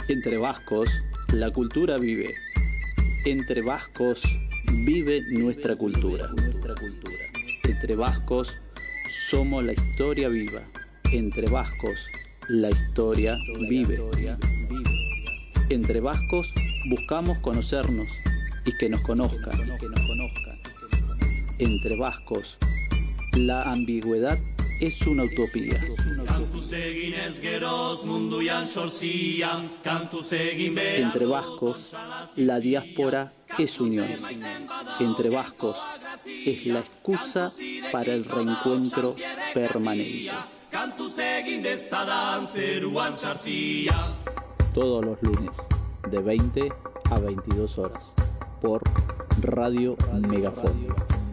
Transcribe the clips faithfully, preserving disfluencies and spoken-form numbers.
Entre vascos, la cultura vive. Entre vascos, vive nuestra cultura. Entre vascos, somos la historia viva. Entre vascos, la historia vive. Entre vascos, buscamos conocernos y que nos conozcan. Entre vascos, la ambigüedad es una utopía. Entre vascos, la diáspora es unión. Entre vascos, es la excusa para el reencuentro permanente. Todos los lunes, de veinte a veintidós horas, por Radio Megafon.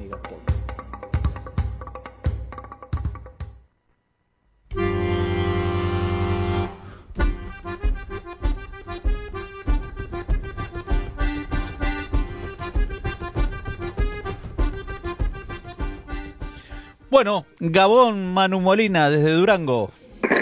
Bueno, Gabón, Manu Molina, desde Durango.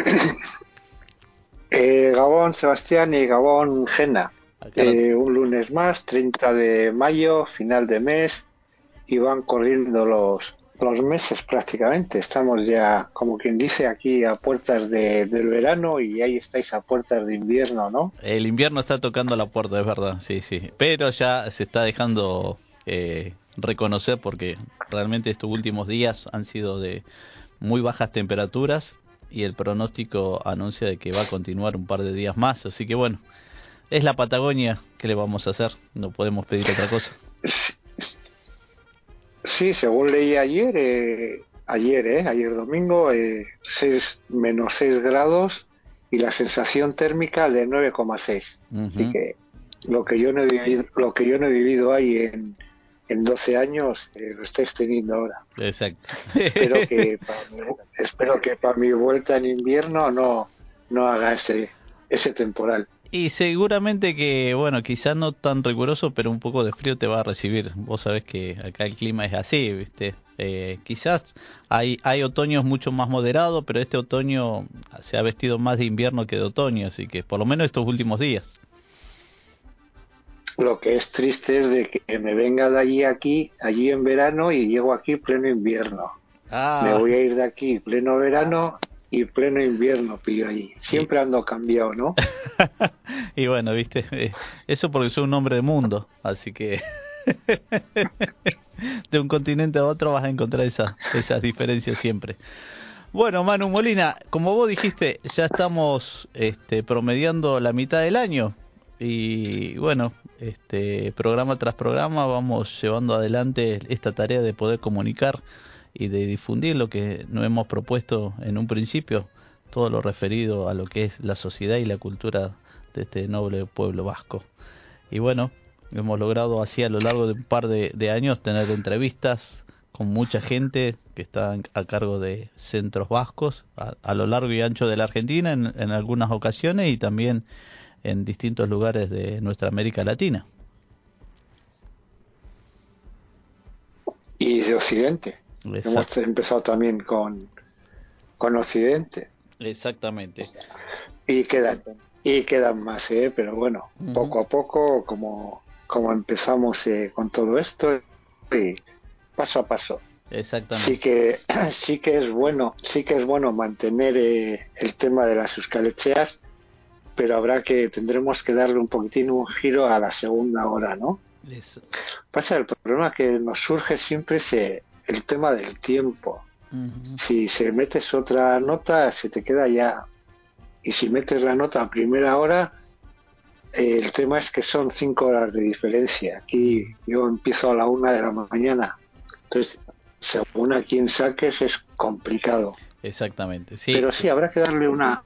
Eh, Gabón, Sebastián, y Gabón, Gena. Eh, un lunes más, treinta de mayo, final de mes, y van corriendo los, los meses prácticamente. Estamos ya, como quien dice, aquí a puertas de, del verano, y ahí estáis a puertas de invierno, ¿no? El invierno está tocando la puerta, es verdad, sí, sí. Pero ya se está dejando eh, reconocer, porque realmente estos últimos días han sido de muy bajas temperaturas y el pronóstico anuncia de que va a continuar un par de días más, así que bueno, es la Patagonia, ¿qué le vamos a hacer? No podemos pedir otra cosa. Sí, según leí ayer, eh, ayer, eh, ayer domingo, eh, seis, menos seis grados y la sensación térmica de nueve coma seis. Uh-huh. Así que lo que yo no he vivido, lo que yo no he vivido ahí en, en doce años, eh, lo estáis teniendo ahora. Exacto. Espero que para mi, espero que para mi vuelta en invierno no, no haga ese, ese temporal. Y seguramente que, bueno, quizás no tan riguroso, pero un poco de frío te va a recibir. Vos sabés que acá el clima es así, ¿viste? Eh, quizás hay, hay otoños mucho más moderados, pero este otoño se ha vestido más de invierno que de otoño, así que por lo menos estos últimos días. Lo que es triste es de que me venga de allí aquí, allí en verano, y llego aquí pleno invierno. Ah. Me voy a ir de aquí pleno verano y pleno invierno pillo allí. Siempre y... ando cambiado, ¿no? Y bueno, viste, eso porque soy un hombre de mundo, así que de un continente a otro vas a encontrar esa, esas diferencias siempre. Bueno, Manu Molina, como vos dijiste, ya estamos este, promediando la mitad del año y bueno, este, programa tras programa vamos llevando adelante esta tarea de poder comunicar y de difundir lo que nos hemos propuesto en un principio, todo lo referido a lo que es la sociedad y la cultura de este noble pueblo vasco. Y bueno, hemos logrado así a lo largo de un par de, de años tener entrevistas con mucha gente que está a cargo de centros vascos a, a lo largo y ancho de la Argentina en, en algunas ocasiones y también en distintos lugares de nuestra América Latina. Y de Occidente. Exacto. Hemos empezado también con, con Occidente. Exactamente. Y quedan, y quedan más, ¿eh? Pero bueno, uh-huh. poco a poco, como, como empezamos eh, con todo esto, y paso a paso. Exactamente. Sí que, sí que es bueno, sí que es bueno mantener eh, el tema de las euskaltzeas, pero habrá que, tendremos que darle un poquitín un giro a la segunda hora, ¿no? Eso. Pasa, el problema que nos surge siempre es eh, el tema del tiempo. Uh-huh. Si se metes otra nota, se te queda ya. Y si metes la nota a primera hora, eh, el tema es que son cinco horas de diferencia. Aquí yo empiezo a la una de la mañana. Entonces, según a quien saques, es complicado. Exactamente, sí. Pero sí, habrá que darle una,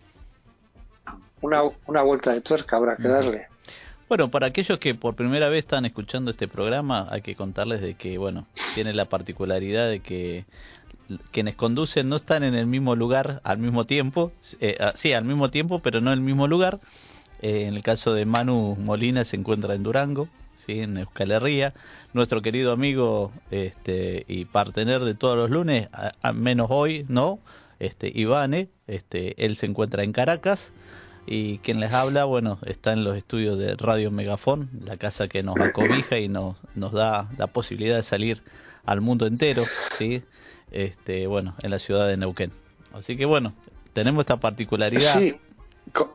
una, una vuelta de tuerca, habrá que uh-huh. darle. Bueno, para aquellos que por primera vez están escuchando este programa, hay que contarles de que, bueno, tiene la particularidad de que quienes conducen no están en el mismo lugar al mismo tiempo, eh, sí, al mismo tiempo, pero no en el mismo lugar. Eh, en el caso de Manu Molina se encuentra en Durango, sí, en Euskal Herria. Nuestro querido amigo este, y partener de todos los lunes, a, a menos hoy, ¿no? Este, Ivane, este, él se encuentra en Caracas. Y quien les habla, bueno, está en los estudios de Radio Megafón, la casa que nos acobija y nos, nos da la posibilidad de salir al mundo entero, ¿sí? Este, bueno, en la ciudad de Neuquén. Así que bueno, tenemos esta particularidad. Sí, co-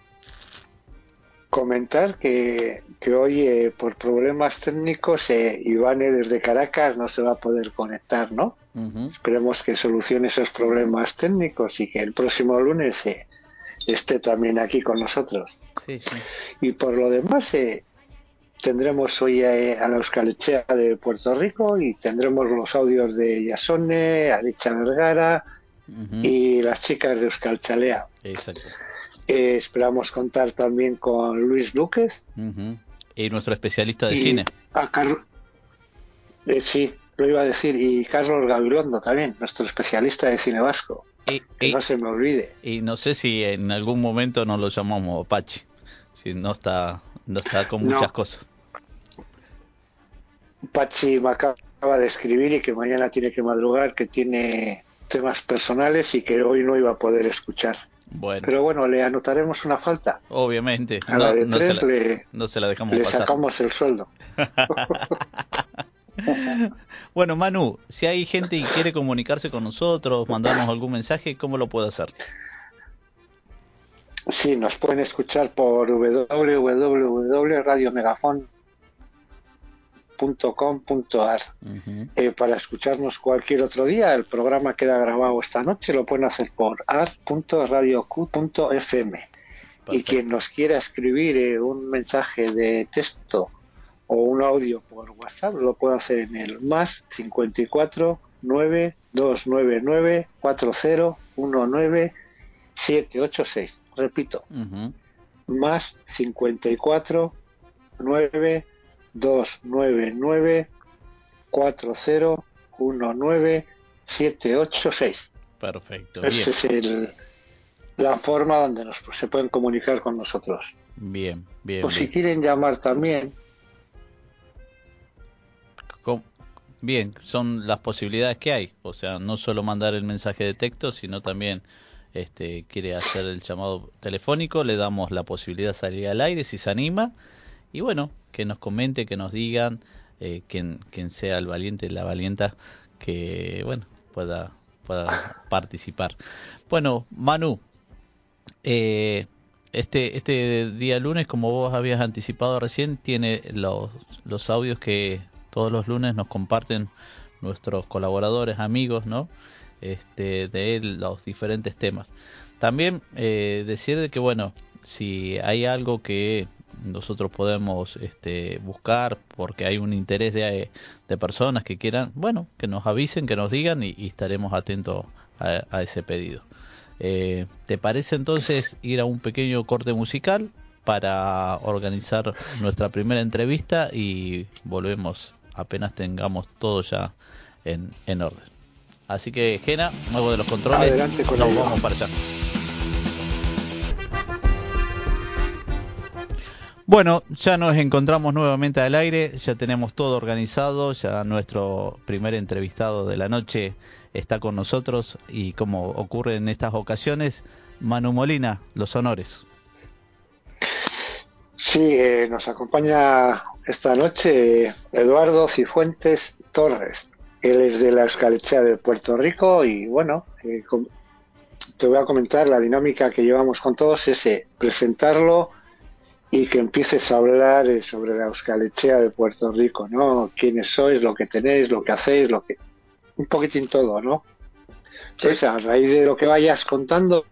comentar que, que hoy eh, por problemas técnicos eh, Ivane desde Caracas no se va a poder conectar, ¿no? Uh-huh. Esperemos que solucione esos problemas técnicos y que el próximo lunes eh, esté también aquí con nosotros. Sí, sí. Y por lo demás, eh, tendremos hoy eh, a la Euskalechea de Puerto Rico y tendremos los audios de Yasone, Aricha Vergara Uh-huh. y las chicas de Euskalchalea. Exacto. Eh, esperamos contar también con Luis Luques. Uh-huh. Y nuestro especialista de y cine. a Carlos, eh, sí, lo iba a decir, y Carlos Gabilondo también, nuestro especialista de cine vasco. Y, que y, no se me olvide. Y no sé si en algún momento nos lo llamamos Apache, si no está, no está con muchas No, cosas. Pachi me acaba de escribir y que mañana tiene que madrugar, que tiene temas personales y que hoy no iba a poder escuchar. Bueno, Pero bueno, le anotaremos una falta. obviamente, A la no, de no, se, tres la, le, no se la dejamos le pasar. sacamos el sueldo. Bueno, Manu, si hay gente que quiere comunicarse con nosotros, mandarnos algún mensaje, ¿cómo lo puede hacer? Sí, nos pueden escuchar por w w w punto radio megafon punto com punto a r. Uh-huh. Eh, para escucharnos cualquier otro día, el programa queda grabado esta noche, lo pueden hacer por a r punto radio q punto f m. Y quien nos quiera escribir eh, un mensaje de texto o un audio por WhatsApp lo puede hacer en el más cincuenta y cuatro nueve dos nueve nueve cuatro cero uno nueve siete ocho seis. Repito, uh-huh. Más cincuenta y cuatro nueve dos nueve nueve cuatro cero uno nueve siete ocho seis. Perfecto. Esa es el, la forma donde nos, se pueden comunicar con nosotros. Bien, bien. O si bien. quieren llamar también. ¿Cómo? Bien, son las posibilidades que hay. O sea, no solo mandar el mensaje de texto, sino también este quiere hacer el llamado telefónico, le damos la posibilidad de salir al aire si se anima. Y bueno, que nos comente, que nos digan eh, quién, quién sea el valiente, la valienta, que bueno, pueda, pueda participar. Bueno, Manu, eh, este, este día lunes, como vos habías anticipado recién, tiene los, los audios que todos los lunes nos comparten nuestros colaboradores, amigos, ¿no? Este, de los diferentes temas. También eh, decir de que, bueno, si hay algo que nosotros podemos este, buscar porque hay un interés de, de personas que quieran, bueno, que nos avisen, que nos digan y, y estaremos atentos a, a ese pedido. Eh, ¿Te parece entonces ir a un pequeño corte musical para organizar nuestra primera entrevista y volvemos apenas tengamos todo ya en, en orden? Así que, Gena, nuevo de los controles, adelante con nos ello. vamos para allá. Bueno, ya nos encontramos nuevamente al aire, ya tenemos todo organizado, ya nuestro primer entrevistado de la noche está con nosotros y como ocurre en estas ocasiones, Manu Molina, los honores. Sí, eh, nos acompaña esta noche Eduardo Cifuentes Torres. Él es de la Euskalechea de Puerto Rico y bueno, eh, com- te voy a comentar la dinámica que llevamos con todos, es eh, presentarlo y que empieces a hablar eh, sobre la Euskalechea de Puerto Rico, ¿no? Quiénes sois, lo que tenéis, lo que hacéis, lo que un poquitín todo, ¿no? Sí. Pues a raíz de lo que vayas contando,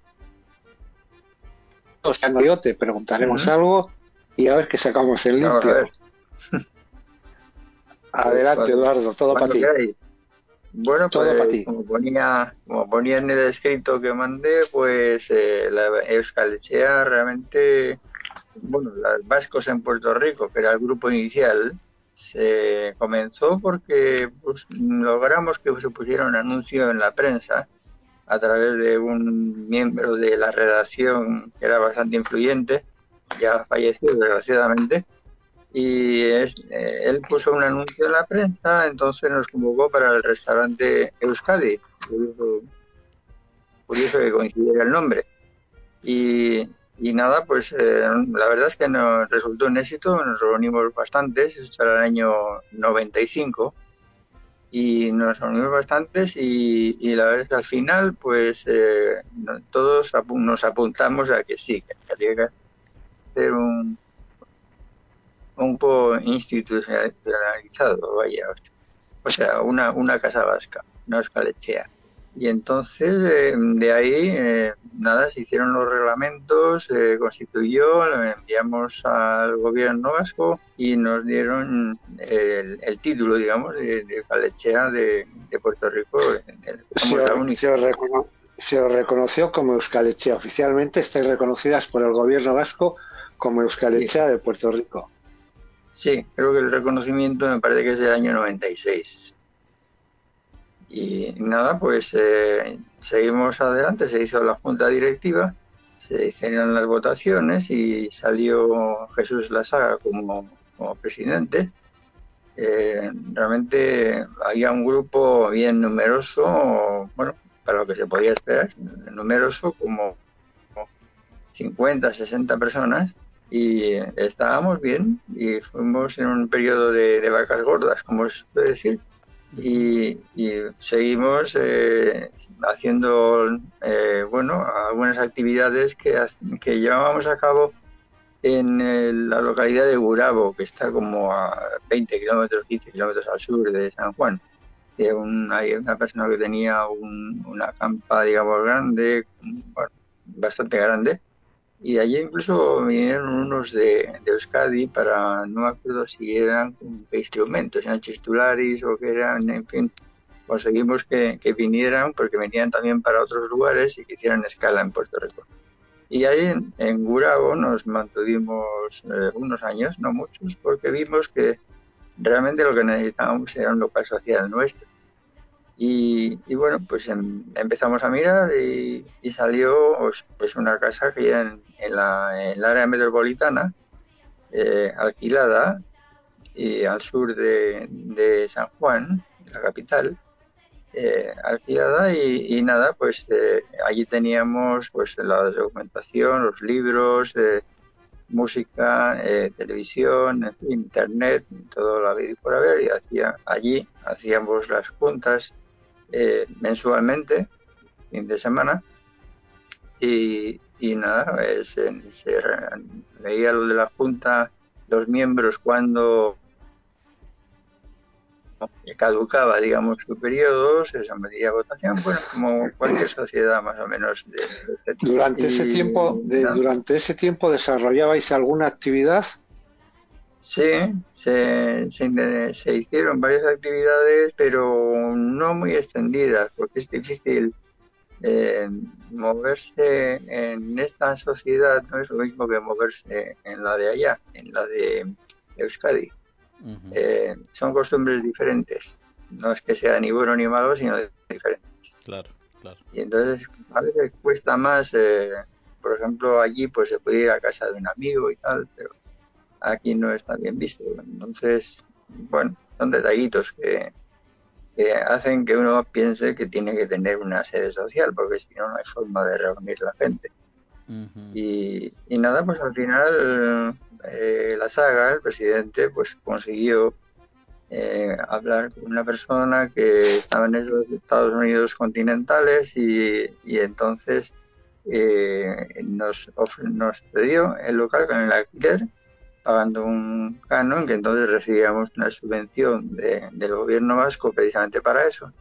o sea, no, yo te preguntaremos uh-huh. algo y a ver qué sacamos en limpio. No, adelante, Eduardo, todo para ti. Queráis. Bueno, todo pues para ti. Como ponía, como ponía en el escrito que mandé, pues eh, la Euskalechea realmente, bueno, los vascos en Puerto Rico, que era el grupo inicial, se comenzó porque pues, logramos que se pusiera un anuncio en la prensa a través de un miembro de la redacción que era bastante influyente, ya fallecido desgraciadamente, y es, eh, él puso un anuncio en la prensa, entonces nos convocó para el restaurante Euskadi, curioso, curioso que coincidiera el nombre, y, y nada, pues eh, la verdad es que nos resultó un éxito, nos reunimos bastantes, esto era el año noventa y cinco, y nos reunimos bastantes y, y la verdad es que al final pues eh, no- todos apu- nos apuntamos a que sí, que había que hacer un, un grupo institucionalizado, vaya, o sea, una, una casa vasca, una Euskalechea. Y entonces, eh, de ahí, eh, nada, se hicieron los reglamentos, se constituyó, lo enviamos al gobierno vasco y nos dieron el, el título, digamos, de, de Euskalechea de, de Puerto Rico. Se Somos os, la única. se os recono- se os reconoció como Euskalechea. Oficialmente estáis reconocidas por el gobierno vasco como Sí, Euskalechea de Puerto Rico. sí, creo que el reconocimiento me parece que es del año noventa y seis. Y nada, pues eh, seguimos adelante, se hizo la junta directiva, se hicieron las votaciones y salió Jesús Lasaga como, como presidente. Eh, realmente había un grupo bien numeroso, bueno, para lo que se podía esperar, numeroso como cincuenta, sesenta personas, y estábamos bien y fuimos en un periodo de, de vacas gordas, como se puede decir, y, y seguimos eh, haciendo eh, bueno, algunas actividades que, que llevábamos a cabo en el- la localidad de Gurabo, que está como a veinte kilómetros, quince kilómetros al sur de San Juan. Que un- hay una persona que tenía un- una campa, digamos, grande, bueno, bastante grande, y allí incluso vinieron unos de, de Euskadi para, no me acuerdo si eran con qué instrumentos, eran chistularis o que eran, en fin, conseguimos que, que vinieran porque venían también para otros lugares y que hicieran escala en Puerto Rico. Y ahí en, en Gurabo nos mantuvimos eh, unos años, no muchos, porque vimos que realmente lo que necesitábamos era un local social nuestro. Y, y bueno, pues em- empezamos a mirar y, y salió pues, pues una casa que en, en la, en el área metropolitana, eh, alquilada, y al sur de, de San Juan, de la capital, eh, alquilada y, y nada, pues eh, allí teníamos pues la documentación, los libros, eh, música, eh, televisión, en fin, internet, todo lo habido y por haber, y hacía, allí hacíamos las juntas eh, mensualmente, fin de semana, y, y nada, eh, se, se veía lo de la junta, los miembros cuando caducaba, digamos, su periodo, se sometía a votación, bueno, como cualquier sociedad más o menos de, de este tipo. Durante ese Y tiempo, de- nada, durante ese tiempo desarrollabais alguna actividad. sí, se, se, se hicieron varias actividades, pero no muy extendidas, porque es difícil eh, moverse en esta sociedad, no es lo mismo que moverse en la de allá, en la de Euskadi. Ujú. Eh, son costumbres diferentes. No es que sea ni bueno ni malo, sino diferentes. Claro, claro. Y entonces a veces cuesta más, eh, por ejemplo, allí pues se puede ir a casa de un amigo y tal, pero aquí no está bien visto. Entonces, bueno, son detallitos que, que hacen que uno piense que tiene que tener una sede social, porque si no, no hay forma de reunir la gente. Ujú. Y, y nada, pues al final eh, la saga, el presidente, pues consiguió eh, hablar con una persona que estaba en esos Estados Unidos continentales y, y entonces eh, nos, of- nos cedió el local con el alquiler, pagando un canon que entonces recibíamos una subvención de- del gobierno vasco precisamente para eso.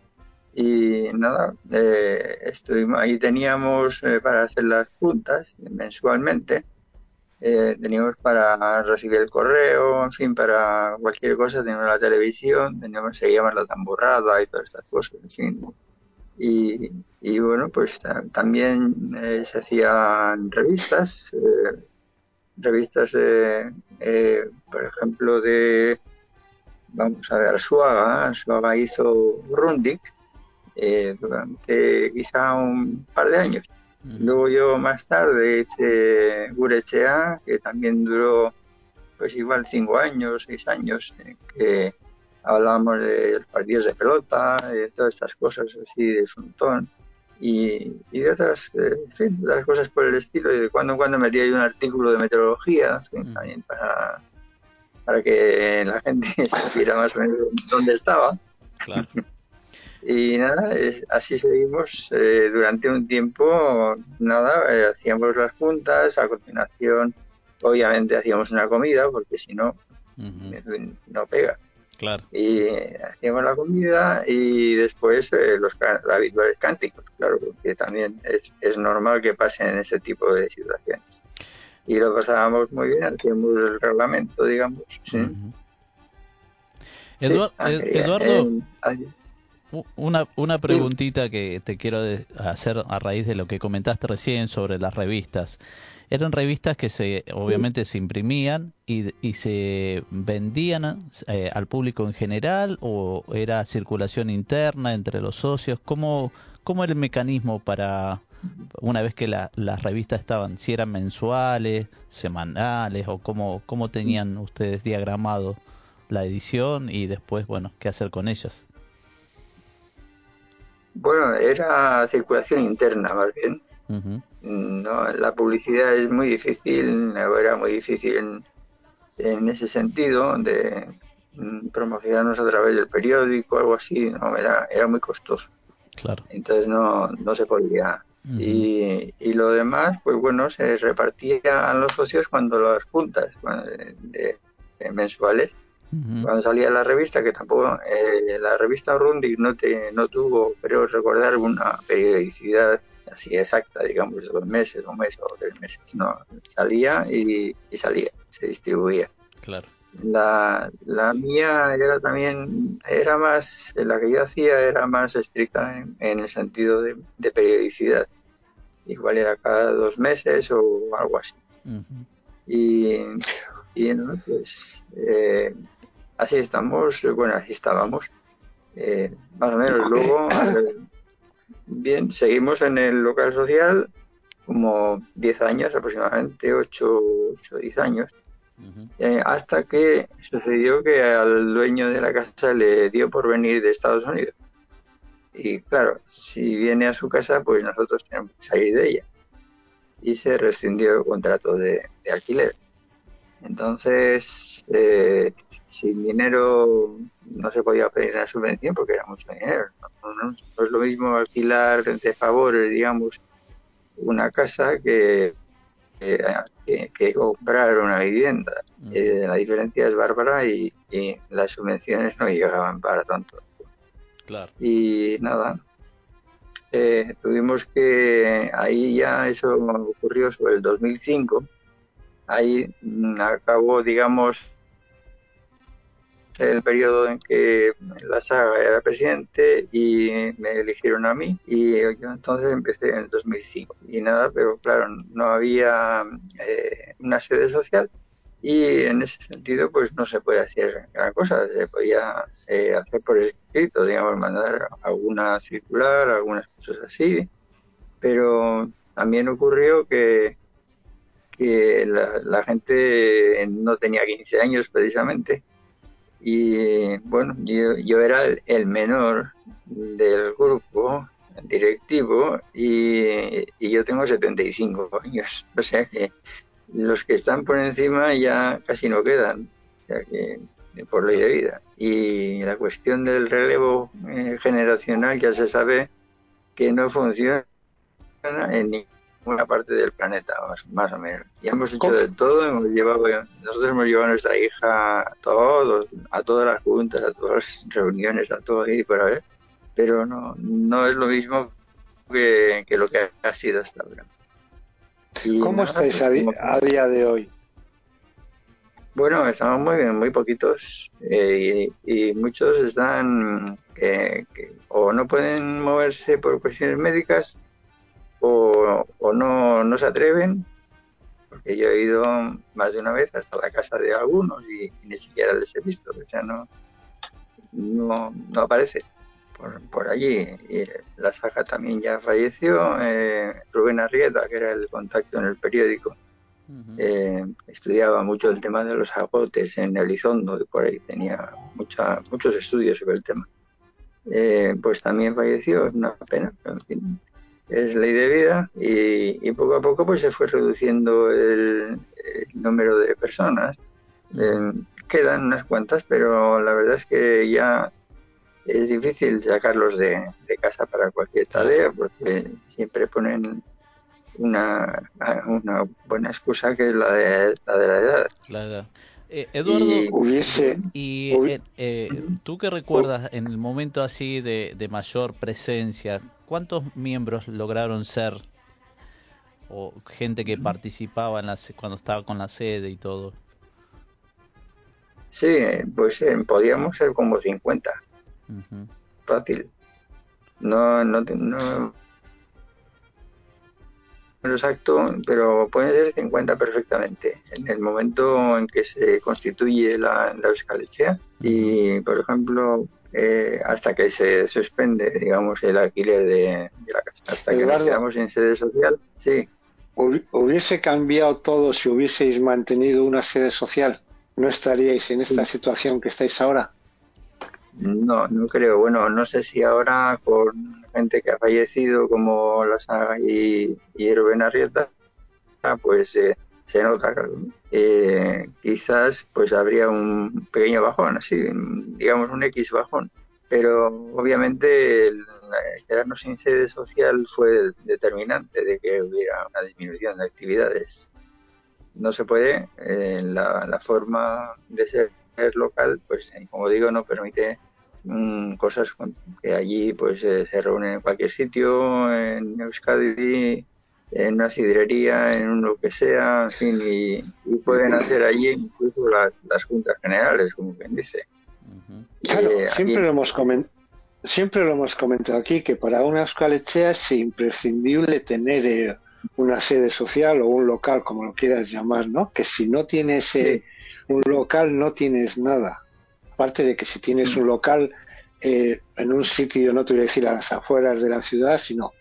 Y nada, eh, estuvimos, ahí teníamos eh, para hacer las juntas mensualmente, eh, teníamos para recibir el correo, en fin, para cualquier cosa, teníamos la televisión, teníamos, seguíamos la tamborrada y todas estas cosas, en fin. Y, y bueno, pues ta- también eh, se hacían revistas, eh, revistas, eh, eh, por ejemplo, de, vamos a ver, Arzuaga, Arzuaga hizo Rundik eh, durante quizá un par de años. Ujú. Luego yo más tarde hice Gurechea, que también duró pues igual cinco años, seis años, en que hablábamos de los partidos de pelota, de todas estas cosas así de frontón. y, y de otras, eh, en fin, de otras cosas por el estilo. Y de cuando en cuando metía yo un artículo de meteorología, en fin, Mm. también para, para que la gente supiera más o menos dónde estaba. Claro. Y nada, es, así seguimos eh, durante un tiempo. Nada, eh, hacíamos las juntas, a continuación, obviamente hacíamos una comida, porque si no, Uh-huh. no pega. Claro. Y hacíamos la comida y después eh, los habituales cánticos, claro, porque también es, es normal que pasen en ese tipo de situaciones. Y lo pasábamos muy bien, hacíamos el reglamento, digamos, sí. Uh-huh. Sí, Eduard, ah, quería, Eduardo, eh, una, una sí. preguntita que te quiero hacer a raíz de lo que comentaste recién sobre las revistas. Eran revistas que se obviamente se imprimían y, y se vendían eh, al público en general, o era circulación interna entre los socios. ¿Cómo, cómo era el mecanismo para, una vez que la, las revistas estaban, si eran mensuales, semanales, o cómo, cómo tenían ustedes diagramado la edición y después, bueno, qué hacer con ellas? Bueno, era circulación interna más bien. Uh-huh. No, la publicidad es muy difícil, era muy difícil en, en ese sentido de mm, promocionarnos a través del periódico, algo así, no, era, era muy costoso. Claro. Entonces no, no se podía. Uh-huh. Y, y lo demás, pues bueno, se repartía a los socios cuando las juntas cuando, de, de, de mensuales, Uh-huh. cuando salía la revista, que tampoco, eh, la revista Rundig no, te, no tuvo, creo recordar, una periodicidad así exacta, digamos, de dos meses, un mes o tres meses, no, salía y, y salía, se distribuía. Claro. La, la mía era también, era más, la que yo hacía era más estricta en, en el sentido de, de periodicidad. Igual era cada dos meses o algo así. Uh-huh. Y, y no, pues eh, así estamos, bueno, así estábamos, eh, más o menos. Luego, eh, bien, seguimos en el local social como diez años aproximadamente, ocho o diez años. Uh-huh. Eh, hasta que sucedió que al dueño de la casa le dio por venir de Estados Unidos. Y claro, si viene a su casa, pues nosotros tenemos que salir de ella. Y se rescindió el contrato de, de alquiler. Entonces, eh, sin dinero no se podía pedir una subvención porque era mucho dinero. No, no, no es lo mismo alquilar de favores, digamos, una casa que que, que comprar una vivienda. Uh-huh. Eh, la diferencia es bárbara y, y las subvenciones no llegaban para tanto. Claro. Y nada, eh, tuvimos que, ahí ya eso ocurrió sobre el dos mil cinco, ahí mm, acabó, digamos, el periodo en que la saga era presidente y me eligieron a mí y yo entonces empecé en el dos mil cinco y nada, pero claro, no había eh, una sede social y en ese sentido pues no se puede hacer gran cosa, se podía eh, hacer por escrito, digamos, mandar alguna circular, algunas cosas así, pero también ocurrió que, que la, la gente no tenía quince años precisamente y bueno, yo, yo era el, el menor del grupo directivo y, y yo tengo setenta y cinco años. O sea que los que están por encima ya casi no quedan. O sea que por ley Claro. de vida. Y la cuestión del relevo eh, generacional ya se sabe que no funciona en ninguna parte del planeta, más, más o menos. Y hemos hecho ¿Cómo? de todo, hemos llevado, nosotros hemos llevado a nuestra hija a todos, a todas las juntas, a todas las reuniones, a todo ahí por haber, pero no, no es lo mismo que, que lo que ha sido hasta ahora. Y ¿Cómo nada, estáis pues a, di- como, a día de hoy? bueno, estamos muy bien, muy poquitos, eh, y, y muchos están que, que o no pueden moverse por cuestiones médicas o, o no, no se atreven, porque yo he ido más de una vez hasta la casa de algunos y, y ni siquiera les he visto, o sea, no, no, no aparece por, por allí. Y la Saja también ya falleció, eh, Rubén Arrieta, que era el contacto en el periódico, Uh-huh. eh, estudiaba mucho el tema de los agotes en Elizondo y por ahí tenía mucha, muchos estudios sobre el tema. Eh, pues también falleció, es una pena, pero en fin. es ley de vida y, y poco a poco pues se fue reduciendo el, el número de personas. Eh, quedan unas cuantas, pero la verdad es que ya es difícil sacarlos de, de casa para cualquier tarea, porque siempre ponen una, una buena excusa, que es la de la, de la edad. La edad. Eh, Eduardo, y hubiese y hubi- eh, eh, tú que recuerdas en el momento así de, de mayor presencia, ¿cuántos miembros lograron ser? O gente que participaba en la, se- cuando estaba con la sede y todo. Sí, pues eh, podríamos ser como cincuenta, Ujú. fácil. No, no, te- no exacto, pero pueden ser cincuenta perfectamente. En el momento en que se constituye la, la Euskal Etxea y, por ejemplo, eh, hasta que se suspende, digamos, el alquiler de, de la casa, hasta que nos Eduardo, quedamos en sede social, sí. hubi- hubiese cambiado todo si hubieseis mantenido una sede social. ¿No estaríais en esta Sí. situación que estáis ahora? No, no creo. Bueno, no sé si ahora con gente que ha fallecido como la Saga y, y Rubén Arrieta, pues eh, se nota, claro. Eh, quizás pues habría un pequeño bajón, así, digamos un X bajón. Pero obviamente el, eh, quedarnos sin sede social fue determinante de que hubiera una disminución de actividades. No se puede, eh, la, la forma de ser local, pues eh, como digo, no permite mm, cosas con- que allí pues eh, se reúnen en cualquier sitio, en Euskadi, en una sidrería, en un lo que sea, en fin, y, y pueden hacer allí incluso las, las juntas generales, como quien dice. Ujú. Claro, Eh, aquí siempre lo hemos comen- siempre lo hemos comentado aquí, que para una Euskal Etxea es imprescindible tener eh, una sede social o un local, como lo quieras llamar, ¿no? Que si no tienes sí, eh, un local, no tienes nada. Aparte de que si tienes mm, un local eh, en un sitio, no te voy a decir a las afueras de la ciudad, sino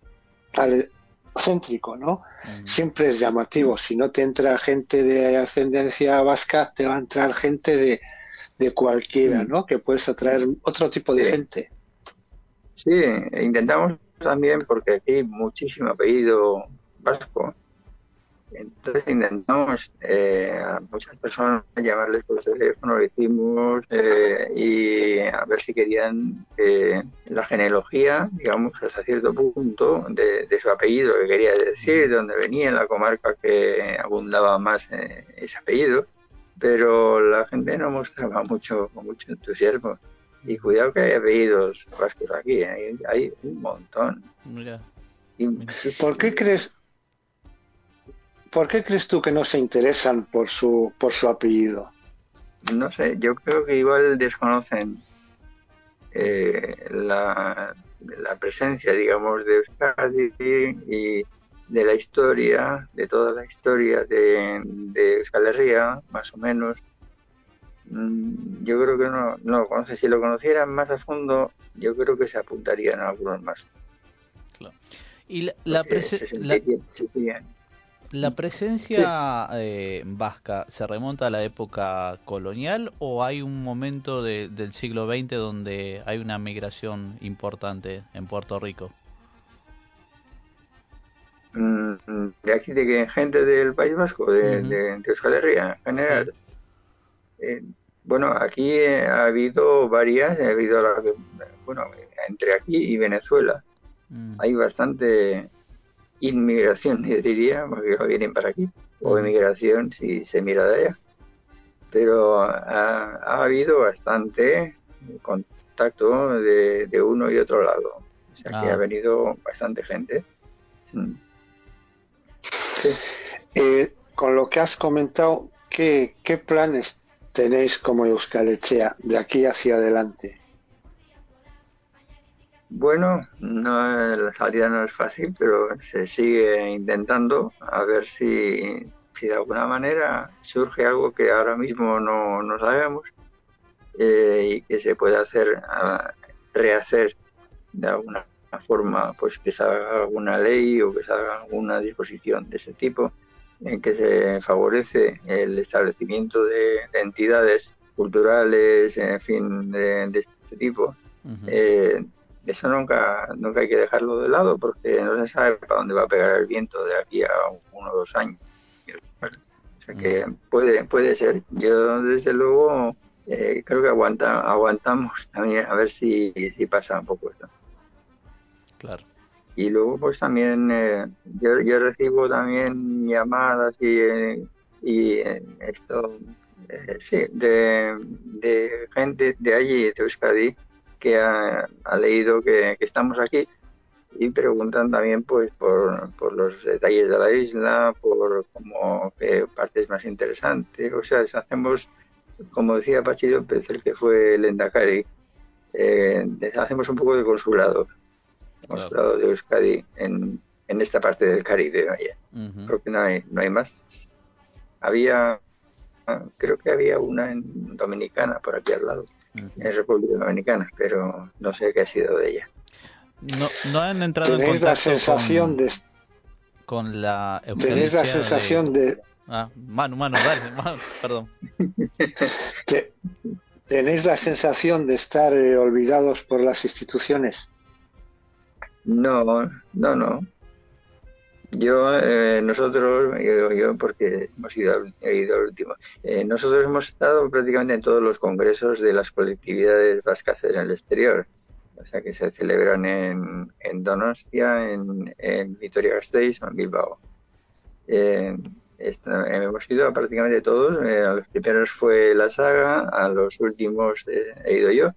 al céntrico, ¿no? Ujú. Siempre es llamativo. Si no te entra gente de ascendencia vasca, te va a entrar gente de, de cualquiera, mm, ¿no? Que puedes atraer otro tipo de sí. gente. Sí, intentamos también, porque aquí hay muchísimo apellido vasco. Entonces intentamos eh, a muchas personas llamarles por teléfono, lo hicimos, eh, y a ver si querían eh, la genealogía, digamos, hasta cierto punto, de, de su apellido, que quería decir, de dónde venía, en la comarca que abundaba más eh, ese apellido, pero la gente no mostraba mucho, mucho entusiasmo. Y cuidado que hay apellidos vascos aquí, ¿eh? hay, hay un montón, Mira, y mira. ¿Por qué muchísimos. crees, por qué crees tú que no se interesan por su, por su apellido? No sé, yo creo que igual desconocen eh, la, la presencia, digamos, de Euskadi y de la historia, de toda la historia de, de Euskal Herria, más o menos. Mm, Yo creo que no, no lo conoce. Si lo conocieran más a fondo, yo creo que se apuntarían a algunos más, Claro. Y la, la, porque prese- se la, sentirían. Se sentirían. la Sí. presencia eh, vasca se remonta a la época colonial o hay un momento de- del siglo veinte donde hay una migración importante en Puerto Rico? Mm, De aquí, de que gente del País Vasco, de, Ujú. de, de Euskal Herria en Sí. general. Eh, bueno, aquí eh, ha habido varias, ha habido la que- bueno, entre aquí y Venezuela Mm. hay bastante inmigración, yo diría, porque no vienen para aquí, o Ujú. inmigración si se mira de allá, pero ha, ha habido bastante contacto de, de uno y otro lado, o sea que ha Ah, venido bastante gente. Sí, sí. Eh, con lo que has comentado, ¿qué, qué planes tenéis como Euskal Etxea de aquí hacia adelante? Bueno, no, la salida no es fácil, pero se sigue intentando a ver si, si de alguna manera surge algo que ahora mismo no, no sabemos, eh, y que se puede hacer, ah, rehacer de alguna forma, pues que se haga alguna ley o que se haga alguna disposición de ese tipo en que se favorece el establecimiento de, de entidades culturales, en fin, de, de este tipo. ujú. eh, eso nunca nunca hay que dejarlo de lado porque no se sabe para dónde va a pegar el viento de aquí a uno o dos años. O sea que puede puede ser. Yo desde luego eh, creo que aguanta aguantamos también a ver si si pasa un poco esto. Claro. Y luego pues también eh, yo, yo recibo también llamadas y, eh, y eh, esto, eh, sí, de, de gente de allí, de Euskadi, que ha, ha leído que, que estamos aquí y preguntan también pues por, por los detalles de la isla, por cómo qué parte es más interesante. O sea, hacemos, como decía Pachi López, el que fue el Endacari, eh, hacemos un poco de consulado Claro. mostrado de Euskadi en, en esta parte del Caribe, vaya, Uh-huh. porque no hay, no hay más. Había, creo que había una en Dominicana, por aquí al lado, Uh-huh. en República Dominicana, pero no sé qué ha sido de ella. No, no han entrado en Tenéis la contacto sensación con, de con la tenéis la Euskal de... sensación de Ah, Manu, Manu, dale, Manu, perdón. te- tenéis la sensación de estar eh, olvidados por las instituciones. No, no, no. Yo, eh, nosotros, yo, yo, porque hemos ido, al- he ido al último, eh, nosotros hemos estado prácticamente en todos los congresos de las colectividades vascas en el exterior, o sea, que se celebran en, en Donostia, en, en Vitoria-Gasteiz o en Bilbao. Eh, esta- hemos ido a prácticamente todos, eh, a los primeros fue la Saga, a los últimos eh, he ido yo,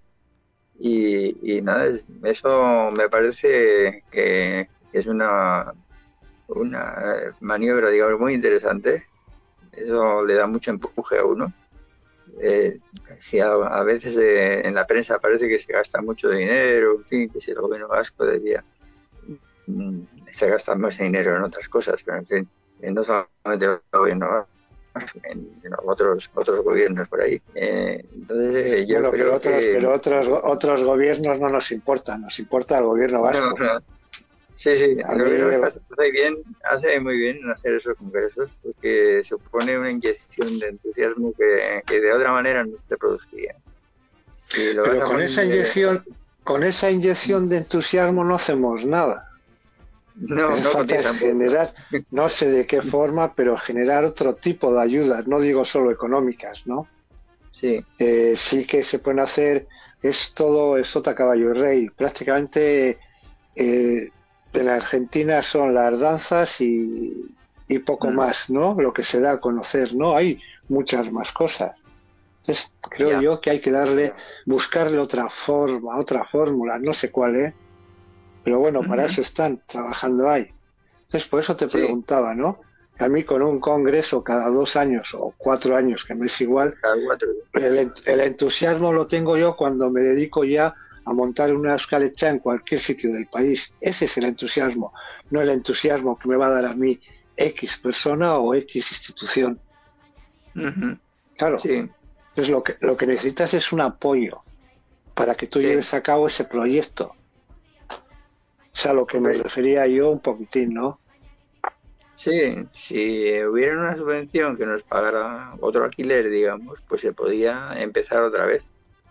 y, y nada, es- eso me parece que es una una eh, maniobra, digamos, muy interesante. Eso le da mucho empuje a uno. Eh, si a, a veces eh, en la prensa parece que se gasta mucho dinero, en fin, que si el gobierno vasco debía mm, se gasta más dinero en otras cosas, pero en fin, eh, no solamente el gobierno vasco, en, en otros otros gobiernos por ahí. Eh, entonces eh, yo Bueno, pero creo otros, que pero otros, otros gobiernos no nos importan, nos importa el gobierno no, vasco. no, sí, sí, A el mí, gobierno vasco hace bien, hace muy bien en hacer esos congresos porque supone una inyección de entusiasmo que, que de otra manera no se produciría. Si lo vas pero a con poner, esa inyección, con esa inyección de entusiasmo no hacemos nada. Lo no, que no falta contiene es tampoco. generar, no sé de qué forma, pero generar otro tipo de ayudas, no digo solo económicas, ¿no? Sí, Eh, sí que se pueden hacer, es todo, es sota caballo y rey. Prácticamente eh, en la Argentina son las danzas y, y poco mm, más, ¿no? Lo que se da a conocer, ¿no? Hay muchas más cosas. Entonces, creo ya, yo que hay que darle, buscarle otra forma, otra fórmula, no sé cuál es, pero bueno, para ujú, eso están trabajando ahí. Entonces, por eso te sí, preguntaba, ¿no? A mí con un congreso cada dos años o cuatro años, que me es igual, cada cuatro. el, el entusiasmo lo tengo yo cuando me dedico ya a montar una escaleta en cualquier sitio del país. Ese es el entusiasmo, no el entusiasmo que me va a dar a mí X persona o X institución. Ujú, Claro, sí, entonces lo que, lo que necesitas es un apoyo para que tú sí, lleves a cabo ese proyecto. O sea, a lo que me hombre, refería yo un poquitín, ¿no? sí, si hubiera una subvención que nos pagara otro alquiler, digamos, pues se podía empezar otra vez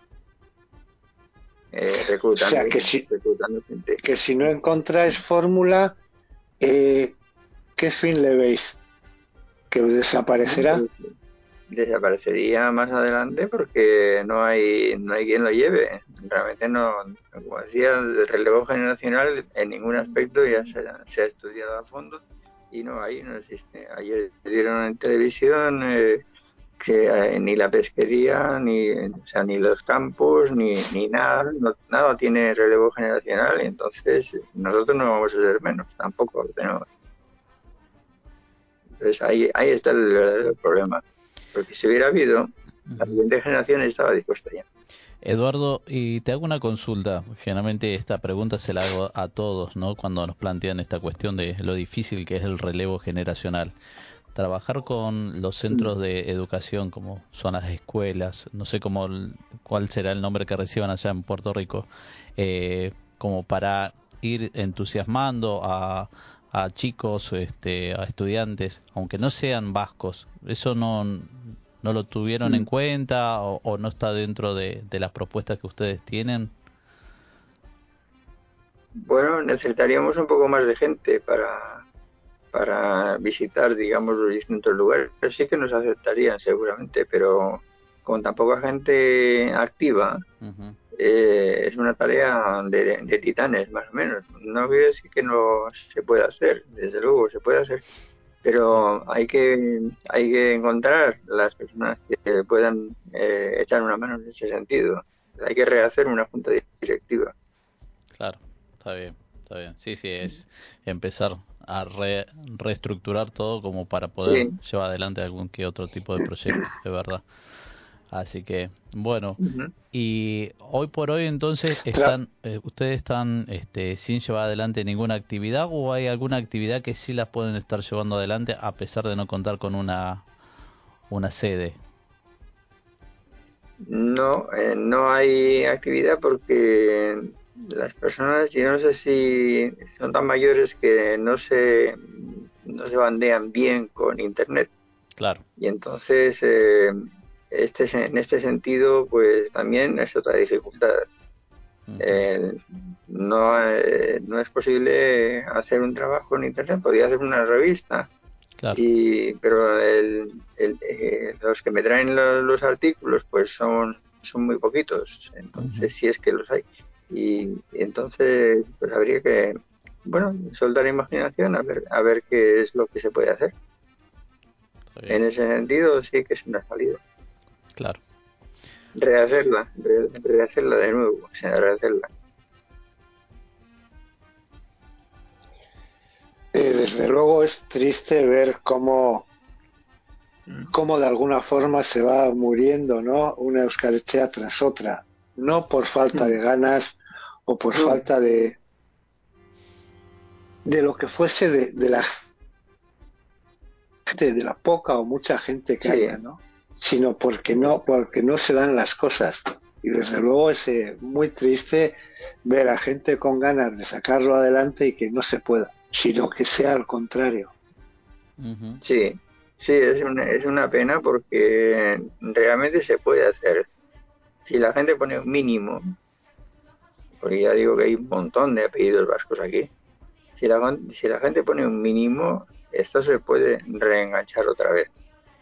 eh, O sea, reclutando, que si, reclutando gente. que si no encontráis fórmula, eh, ¿qué fin le veis? ¿Que No, desaparecerá? pues desaparecería más adelante porque no hay no hay quien lo lleve. Realmente no, como decía, el relevo generacional en ningún aspecto ya se, se ha estudiado a fondo y no hay, no existe. Ayer dieron en televisión eh, que eh, ni la pesquería, ni, o sea, ni los campos, ni, ni nada, no- nada tiene relevo generacional, entonces nosotros no vamos a ser menos, tampoco lo tenemos. Entonces ahí, ahí está el verdadero problema. Porque si hubiera habido, la Uh-huh. siguiente generación estaba dispuesta ya. Eduardo, y te hago una consulta. Generalmente esta pregunta se la hago a todos, ¿no? Cuando nos plantean esta cuestión de lo difícil que es el relevo generacional. Trabajar con los Mm. centros de educación, como son las escuelas, no sé cómo, el- cuál será el nombre que reciban allá en Puerto Rico, eh, como para ir entusiasmando a, a chicos, este, a estudiantes, aunque no sean vascos. Eso no, no lo tuvieron en Mm. cuenta o, o no está dentro de, de las propuestas que ustedes tienen. Bueno, necesitaríamos un poco más de gente para, para visitar, digamos, los distintos lugares. Sí que nos aceptarían seguramente, pero con tan poca gente activa, Ujú. eh, es una tarea de, de titanes, más o menos. No quiero decir que no se pueda hacer, desde luego se puede hacer, Claro. pero hay que, hay que encontrar las personas que puedan eh, echar una mano en ese sentido. Hay que rehacer una junta directiva. Claro, está bien, está bien. Sí, sí, es empezar a re- reestructurar todo como para poder Sí. llevar adelante algún que otro tipo de proyecto, de verdad. Así que, bueno, Ujú. y hoy por hoy entonces Tra- están, eh, ustedes están este, sin llevar adelante ninguna actividad o hay alguna actividad que sí las pueden estar llevando adelante a pesar de no contar con una, una sede. No, eh, no hay actividad porque las personas, yo no sé si son tan mayores que no se, no se bandean bien con Internet. Claro. Y entonces, eh, este, se- en este sentido, pues también es otra dificultad. Ujú. Eh, no, eh, no es posible hacer un trabajo en Internet, podría hacer una revista, Claro. y, pero el, el, eh, los que me traen lo- los artículos pues son, son muy poquitos, Ujú. entonces si es que los hay. Y, y entonces pues habría que, bueno, soltar la imaginación a ver, a ver qué es lo que se puede hacer. Está bien. En ese sentido sí que es una salida. Claro. Rehacerla, re- rehacerla de nuevo, o sea, rehacerla. eh, desde luego es triste ver cómo, Mm. cómo de alguna forma se va muriendo, ¿no? Una Euskal Herria tras otra, no por falta de Mm. ganas o por No, falta de, de lo que fuese de, de la gente, de la poca o mucha gente que sí, haya, ¿no? Sino porque no, porque no se dan las cosas. Y desde luego es eh, muy triste ver a gente con ganas de sacarlo adelante y que no se pueda, sino que sea al contrario. Ujú. sí, sí, es una, es una pena porque realmente se puede hacer. Si la gente pone un mínimo, porque ya digo que hay un montón de apellidos vascos aquí, si la, gon- si la gente pone un mínimo, esto se puede reenganchar otra vez.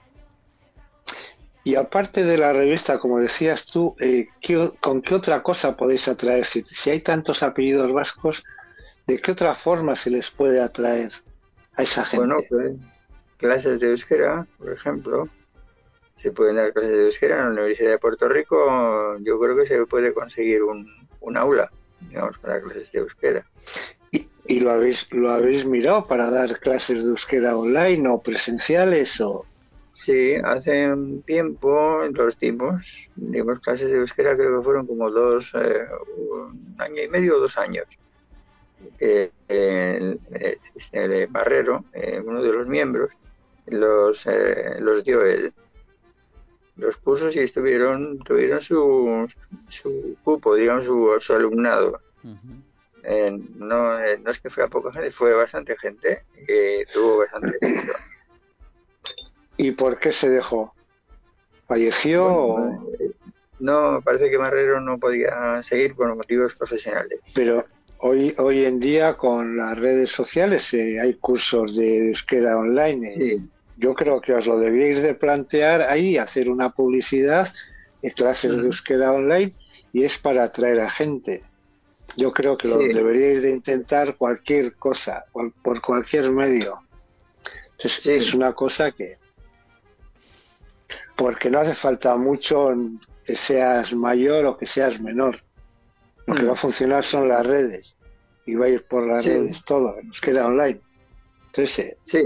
Y aparte de la revista, como decías tú, eh, ¿qué, ¿con qué otra cosa podéis atraer? Si, si hay tantos apellidos vascos, ¿de qué otra forma se les puede atraer a esa Bueno, gente? pues, clases de euskera, por ejemplo, se pueden dar clases de euskera en la Universidad de Puerto Rico. Yo creo que se puede conseguir un, un aula, digamos, para clases de euskera. ¿Y, y lo habéis lo habéis mirado para dar clases de euskera online o presenciales o Sí, hace un tiempo los dimos, dimos clases de euskera, creo que fueron como dos, eh, un año y medio o dos años. Eh, el, este Barrero, eh, uno de los miembros, los, eh, los dio él, los cursos y estuvieron, tuvieron su, su cupo, digamos, su, su alumnado. Ujú. Eh, no, eh, no es que fuera poca gente, fue bastante gente, eh, tuvo bastante éxito. y por qué se dejó? ¿Falleció? Bueno, o- eh, no, parece que Barrero no podía seguir por motivos profesionales. Pero hoy, hoy en día con las redes sociales eh, hay cursos de euskera online. eh. Sí. Yo creo que os lo debíais de plantear ahí, hacer una publicidad de clases de Mm. euskera online y es para atraer a gente. Yo creo que lo Sí, deberíais de intentar cualquier cosa, cual- por cualquier medio. Entonces, es sí. una cosa que, porque no hace falta mucho que seas mayor o que seas menor. Lo que va a Mm. funcionar son las redes y va a ir por las Sí, redes todo, nos queda online. Entonces, eh, sí,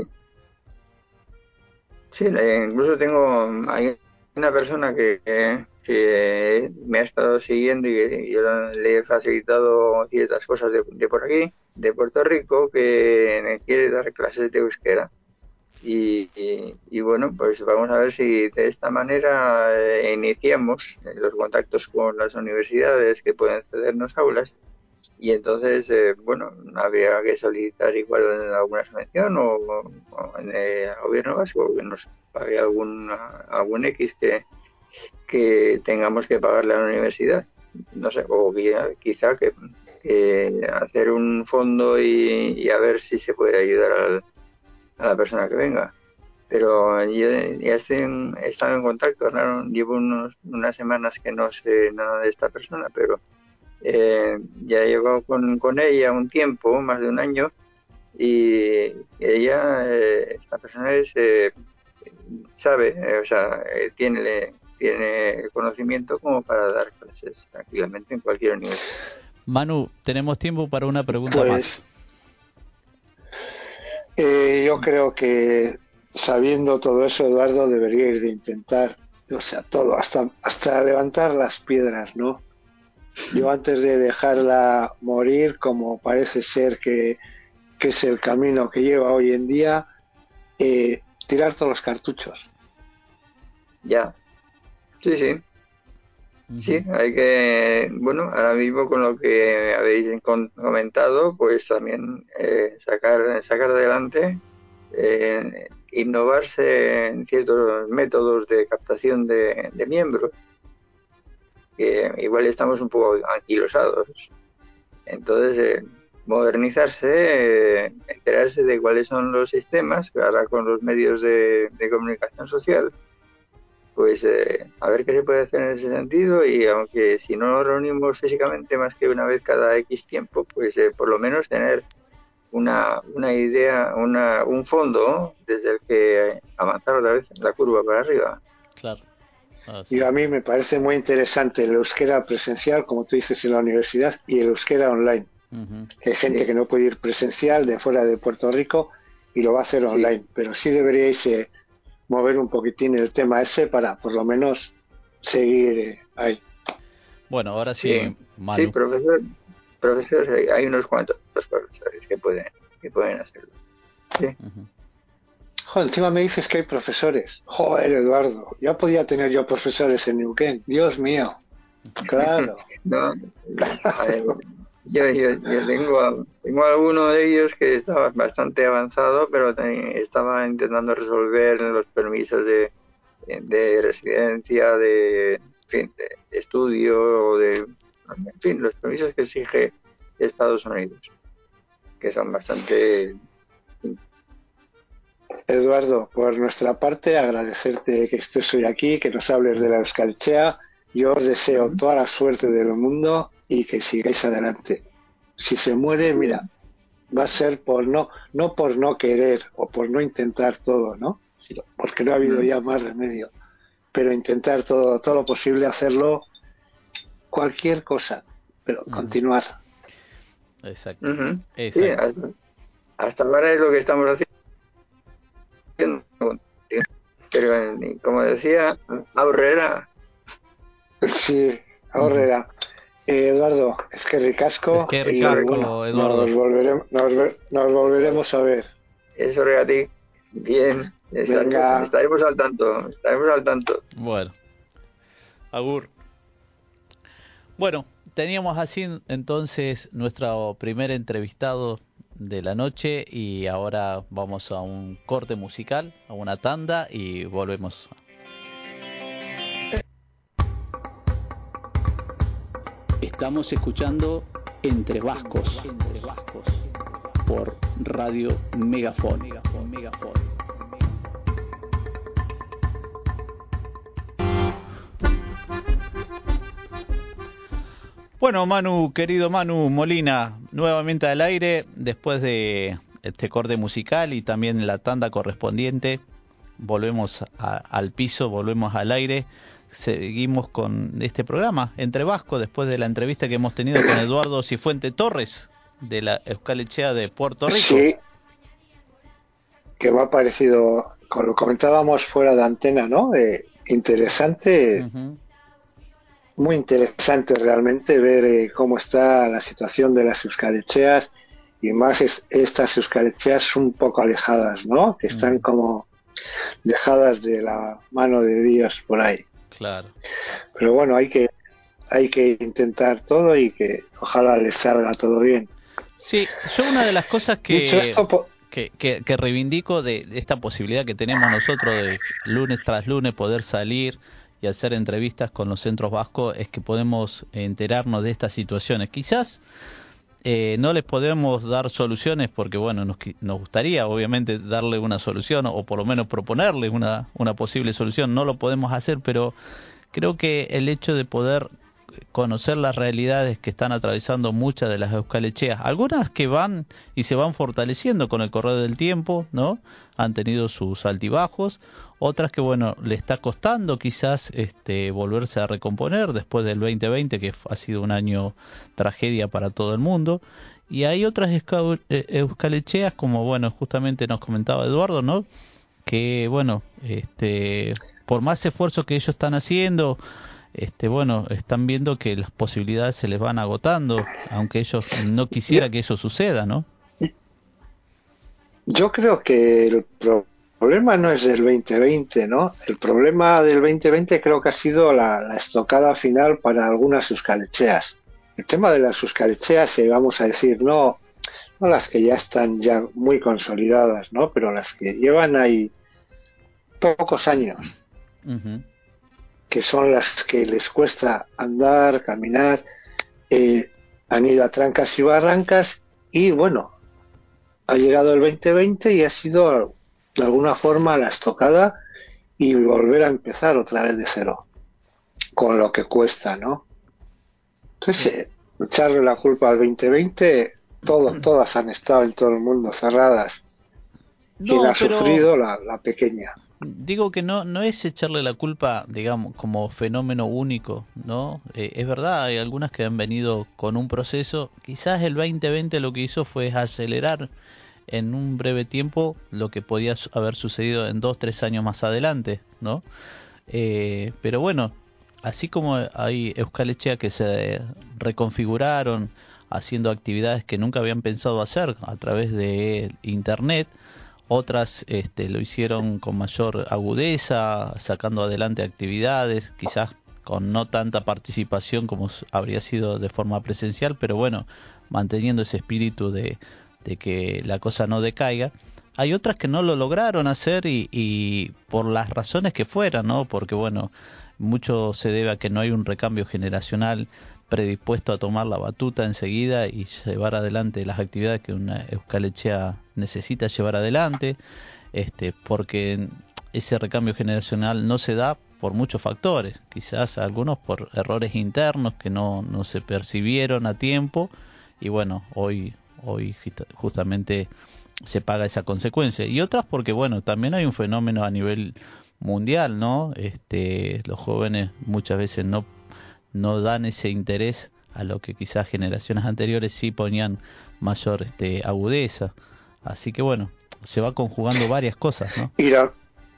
sí. eh, Incluso tengo, hay una persona que, que, que me ha estado siguiendo y que yo le he facilitado ciertas cosas de, de por aquí, de Puerto Rico, que me quiere dar clases de euskera. Y, y- y bueno, pues vamos a ver si de esta manera eh, iniciamos eh, los contactos con las universidades que pueden cedernos aulas. Y entonces, eh, bueno, habría que solicitar igual alguna subvención o, o en el gobierno vasco que nos pague algún, algún X que, que tengamos que pagarle a la universidad. no sé, o quizá que, que hacer un fondo y, y a ver si se puede ayudar al, a la persona que venga. Pero yo ya estoy en, he estado en contacto, ¿no? Llevo unos, unas semanas que no sé nada de esta persona, pero eh, ya he llevado con, con ella un tiempo, más de un año, y ella, eh, esta persona es, eh, sabe, eh, o sea, eh, tiene, tiene conocimiento como para dar clases tranquilamente en cualquier universidad. Manu, tenemos tiempo para una pregunta Pues más. eh, yo creo que sabiendo todo eso, Eduardo, debería ir de intentar, o sea, todo, hasta, hasta levantar las piedras, ¿no? Yo antes de dejarla morir, como parece ser que, que es el camino que lleva hoy en día, eh, tirar todos los cartuchos. Ya, sí, sí. Sí, hay que, bueno, ahora mismo con lo que habéis comentado, pues también eh, sacar, sacar adelante, eh, innovarse en ciertos métodos de captación de, de miembros, que igual estamos un poco anquilosados. Entonces, eh, modernizarse, eh, enterarse de cuáles son los sistemas, ahora con los medios de, de comunicación social, pues eh, a ver qué se puede hacer en ese sentido, y aunque si no nos reunimos físicamente más que una vez cada X tiempo, pues eh, por lo menos tener una, una idea, una, un fondo desde el que avanzar otra vez la curva para arriba. Claro. Ah, Y sí. a mí me parece muy interesante el euskera presencial, como tú dices, en la universidad, y el euskera online. Uh-huh. Hay gente Sí, que no puede ir presencial de fuera de Puerto Rico y lo va a hacer sí. online, pero sí deberíais eh, mover un poquitín el tema ese para por lo menos seguir eh, ahí. Bueno, ahora Sí, sí, sí, Manu. profesor, profesor, hay, hay unos cuantos profesores que pueden, que pueden hacerlo. Sí. Uh-huh. Joder, encima me dices que hay profesores. Joder, Eduardo, ya podía tener yo profesores en Neuquén. Dios mío. Claro. No, a ver, yo, yo, yo tengo, tengo alguno de ellos que estaba bastante avanzado, pero te- estaba intentando resolver los permisos de, de residencia, de, en fin, de estudio, o de, en fin, los permisos que exige Estados Unidos, que son bastante... Eduardo, por nuestra parte, agradecerte que estés hoy aquí, que nos hables de la Euskalchea. Yo os deseo toda la suerte del mundo y que sigáis adelante. Si se muere, mira, va a ser por no, no por no querer o por no intentar todo, ¿no? Sino porque no ha habido ya más remedio. Pero intentar todo, todo lo posible, hacerlo cualquier cosa, pero Uh-huh. continuar. Exacto. Ujú. Sí, Exacto. hasta, hasta ahora es lo que estamos haciendo. Pero eh, como decía, Aurrera, Sí, Uh-huh. ahorrera. Eh, Eduardo, es que Es ricasco que y bueno, ricasco, nos Eduardo. volveremos, nos, ve- nos volveremos a ver. eso es a ti. Bien, estaremos, Venga, estaremos al tanto, estaremos al tanto. Bueno, Agur. Bueno, teníamos así entonces nuestro primer entrevistado de la noche y ahora vamos a un corte musical, a una tanda y volvemos. Estamos escuchando Entre Vascos, Entre Vascos por Radio Megafon. Megafon, Megafon. Bueno, Manu, querido Manu Molina, nuevamente al aire después de este corte musical y también la tanda correspondiente. Volvemos a, al piso, volvemos al aire. Seguimos con este programa Entre Vasco después de la entrevista que hemos tenido con Eduardo Cifuente Torres de la Euskalechea de Puerto Rico. sí, que me ha parecido, como lo comentábamos fuera de antena, ¿no? Eh, interesante, Uh-huh. muy interesante realmente ver eh, cómo está la situación de las euskalecheas y más es, estas euskalecheas un poco alejadas, ¿no? Que están Uh-huh. como dejadas de la mano de Dios por ahí. Claro. Pero bueno, hay que hay que intentar todo y que ojalá les salga todo bien. Sí, yo una de las cosas Dicho que, esto, po- que, que, que reivindico de esta posibilidad que tenemos nosotros de lunes tras lunes poder salir y hacer entrevistas con los centros vascos es que podemos enterarnos de estas situaciones. Quizás eh, no les podemos dar soluciones porque, bueno, nos, nos gustaría obviamente darle una solución o por lo menos proponerle una, una posible solución. No lo podemos hacer, pero creo que el hecho de poder conocer las realidades que están atravesando muchas de las euskalecheas, algunas que van y se van fortaleciendo con el correr del tiempo, ¿no? Han tenido sus altibajos, otras que, bueno, le está costando quizás este volverse a recomponer después del veinte veinte, que ha sido un año tragedia para todo el mundo, y hay otras euskalecheas, como, bueno, justamente nos comentaba Eduardo, ¿no? Que, bueno, este por más esfuerzo que ellos están haciendo, Este, bueno, están viendo que las posibilidades se les van agotando, aunque ellos no quisieran que eso suceda, ¿no? Yo creo que el pro- problema no es del veinte veinte, ¿no? El problema del veinte veinte creo que ha sido la, la estocada final para algunas euskalecheas. El tema de las euskalecheas, eh, vamos a decir, no, no las que ya están ya muy consolidadas, ¿no? Pero las que llevan ahí pocos años. Uh-huh. Que son las que les cuesta andar, caminar, eh, han ido a trancas y barrancas y bueno, ha llegado el veinte veinte y ha sido de alguna forma la estocada y volver a empezar otra vez de cero, con lo que cuesta, ¿no? Entonces, eh, echarle la culpa al veinte veinte, todos, todas han estado en todo el mundo cerradas. Quien No, ha pero sufrido, la, la pequeña. digo que no no es echarle la culpa, digamos, como fenómeno único, ¿no? Eh, es verdad, hay algunas que han venido con un proceso. Quizás el veinte veinte lo que hizo fue acelerar en un breve tiempo lo que podía su- haber sucedido en dos, tres años más adelante, ¿no? Eh, pero bueno, así como hay Euskalechea que se reconfiguraron haciendo actividades que nunca habían pensado hacer a través de internet, otras este, lo hicieron con mayor agudeza, sacando adelante actividades, quizás con no tanta participación como s- habría sido de forma presencial, pero bueno, manteniendo ese espíritu de, de que la cosa no decaiga. Hay otras que no lo lograron hacer y, y por las razones que fueran, ¿no? Porque bueno, mucho se debe a que no hay un recambio generacional predispuesto a tomar la batuta enseguida y llevar adelante las actividades que una Euskalechea necesita llevar adelante, este, porque ese recambio generacional no se da por muchos factores, quizás algunos por errores internos que no, no se percibieron a tiempo y bueno, hoy, hoy justamente se paga esa consecuencia, y otras porque bueno, también hay un fenómeno a nivel mundial, ¿no? Este, los jóvenes muchas veces no no dan ese interés a lo que quizás generaciones anteriores sí ponían mayor este agudeza. Así que bueno, se va conjugando varias cosas, ¿no? Y la,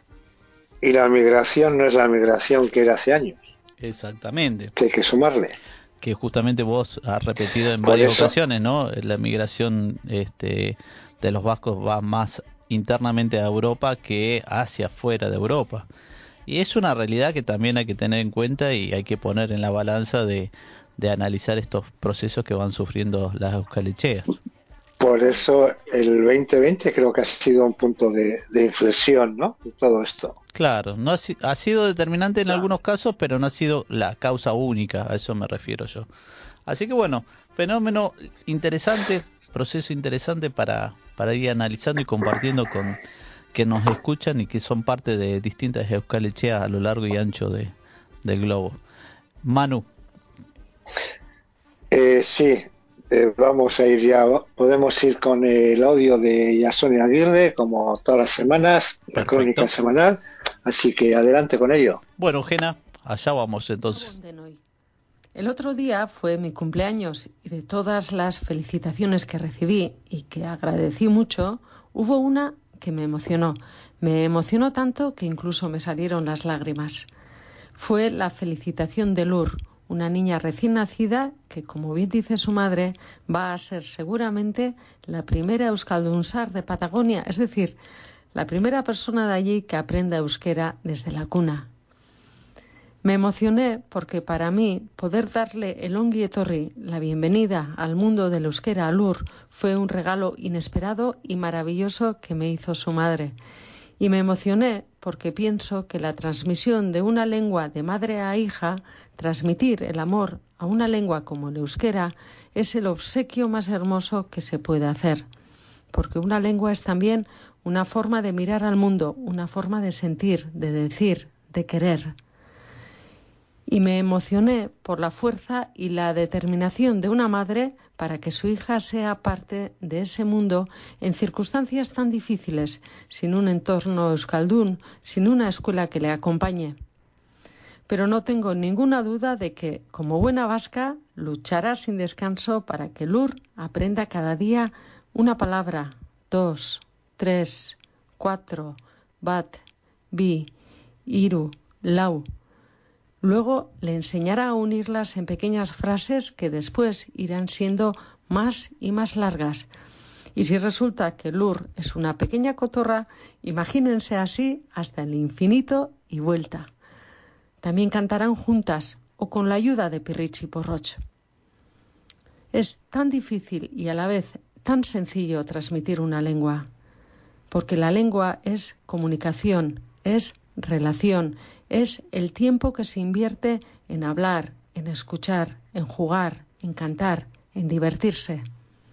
y la migración no es la migración que era hace años, Exactamente. que hay que sumarle. Que justamente vos has repetido en Por varias eso, ocasiones, ¿no? La migración este, de los vascos va más internamente a Europa que hacia afuera de Europa. Y es una realidad que también hay que tener en cuenta y hay que poner en la balanza de, de analizar estos procesos que van sufriendo las euskalecheas. por eso el veinte veinte creo que ha sido un punto de, de inflexión, ¿no? De todo esto. Claro, no ha, si- ha sido determinante en algunos casos, pero no ha sido la causa única, a eso me refiero yo. Así que bueno, fenómeno interesante, proceso interesante para, para ir analizando y compartiendo con que nos escuchan y que son parte de distintas euskalecheas a lo largo y ancho de, del globo. Manu, Eh, sí, eh, vamos a ir ya, podemos ir con el audio de Yasoni Aguirre, como todas las semanas, la crónica perfecto. semanal, así que adelante con ello. Bueno, Gena, allá vamos entonces. El otro día fue mi cumpleaños y de todas las felicitaciones que recibí y que agradecí mucho, hubo una que me emocionó. Me emocionó tanto que incluso me salieron las lágrimas. Fue la felicitación de Lur, una niña recién nacida que, como bien dice su madre, va a ser seguramente la primera euskaldunsar de Patagonia, es decir, la primera persona de allí que aprenda euskera desde la cuna. Me emocioné porque para mí poder darle el ongi etorri, la bienvenida al mundo del euskera a Lur, fue un regalo inesperado y maravilloso que me hizo su madre. Y me emocioné porque pienso que la transmisión de una lengua de madre a hija, transmitir el amor a una lengua como el euskera, es el obsequio más hermoso que se puede hacer. Porque una lengua es también una forma de mirar al mundo, una forma de sentir, de decir, de querer. Y me emocioné por la fuerza y la determinación de una madre para que su hija sea parte de ese mundo en circunstancias tan difíciles, sin un entorno euskaldún, sin una escuela que le acompañe. Pero no tengo ninguna duda de que, como buena vasca, luchará sin descanso para que Lur aprenda cada día una palabra, dos, tres, cuatro, bat, bi, hiru, lau. Luego le enseñará a unirlas en pequeñas frases que después irán siendo más y más largas. Y si resulta que Lur es una pequeña cotorra, imagínense así hasta el infinito y vuelta. También cantarán juntas o con la ayuda de Pirritx y Porrotx. Es tan difícil y a la vez tan sencillo transmitir una lengua, porque la lengua es comunicación, es relación, es el tiempo que se invierte en hablar, en escuchar, en jugar, en cantar, en divertirse.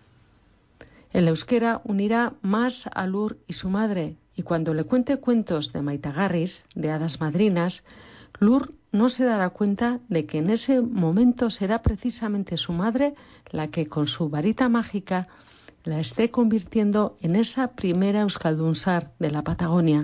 El euskera unirá más a Lur y su madre, y cuando le cuente cuentos de maitagarris, de hadas madrinas, Lur no se dará cuenta de que en ese momento será precisamente su madre la que con su varita mágica la esté convirtiendo en esa primera euskaldunsar de la Patagonia.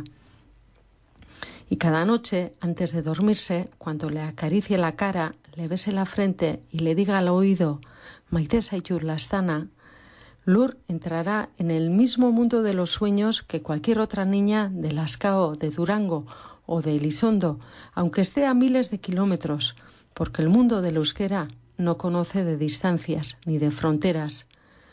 Y cada noche, antes de dormirse, cuando le acaricie la cara, le bese la frente y le diga al oído «Maite zaitut lastana», Lur entrará en el mismo mundo de los sueños que cualquier otra niña de Lazkao, de Durango o de Elizondo, aunque esté a miles de kilómetros, porque el mundo del euskera no conoce de distancias ni de fronteras.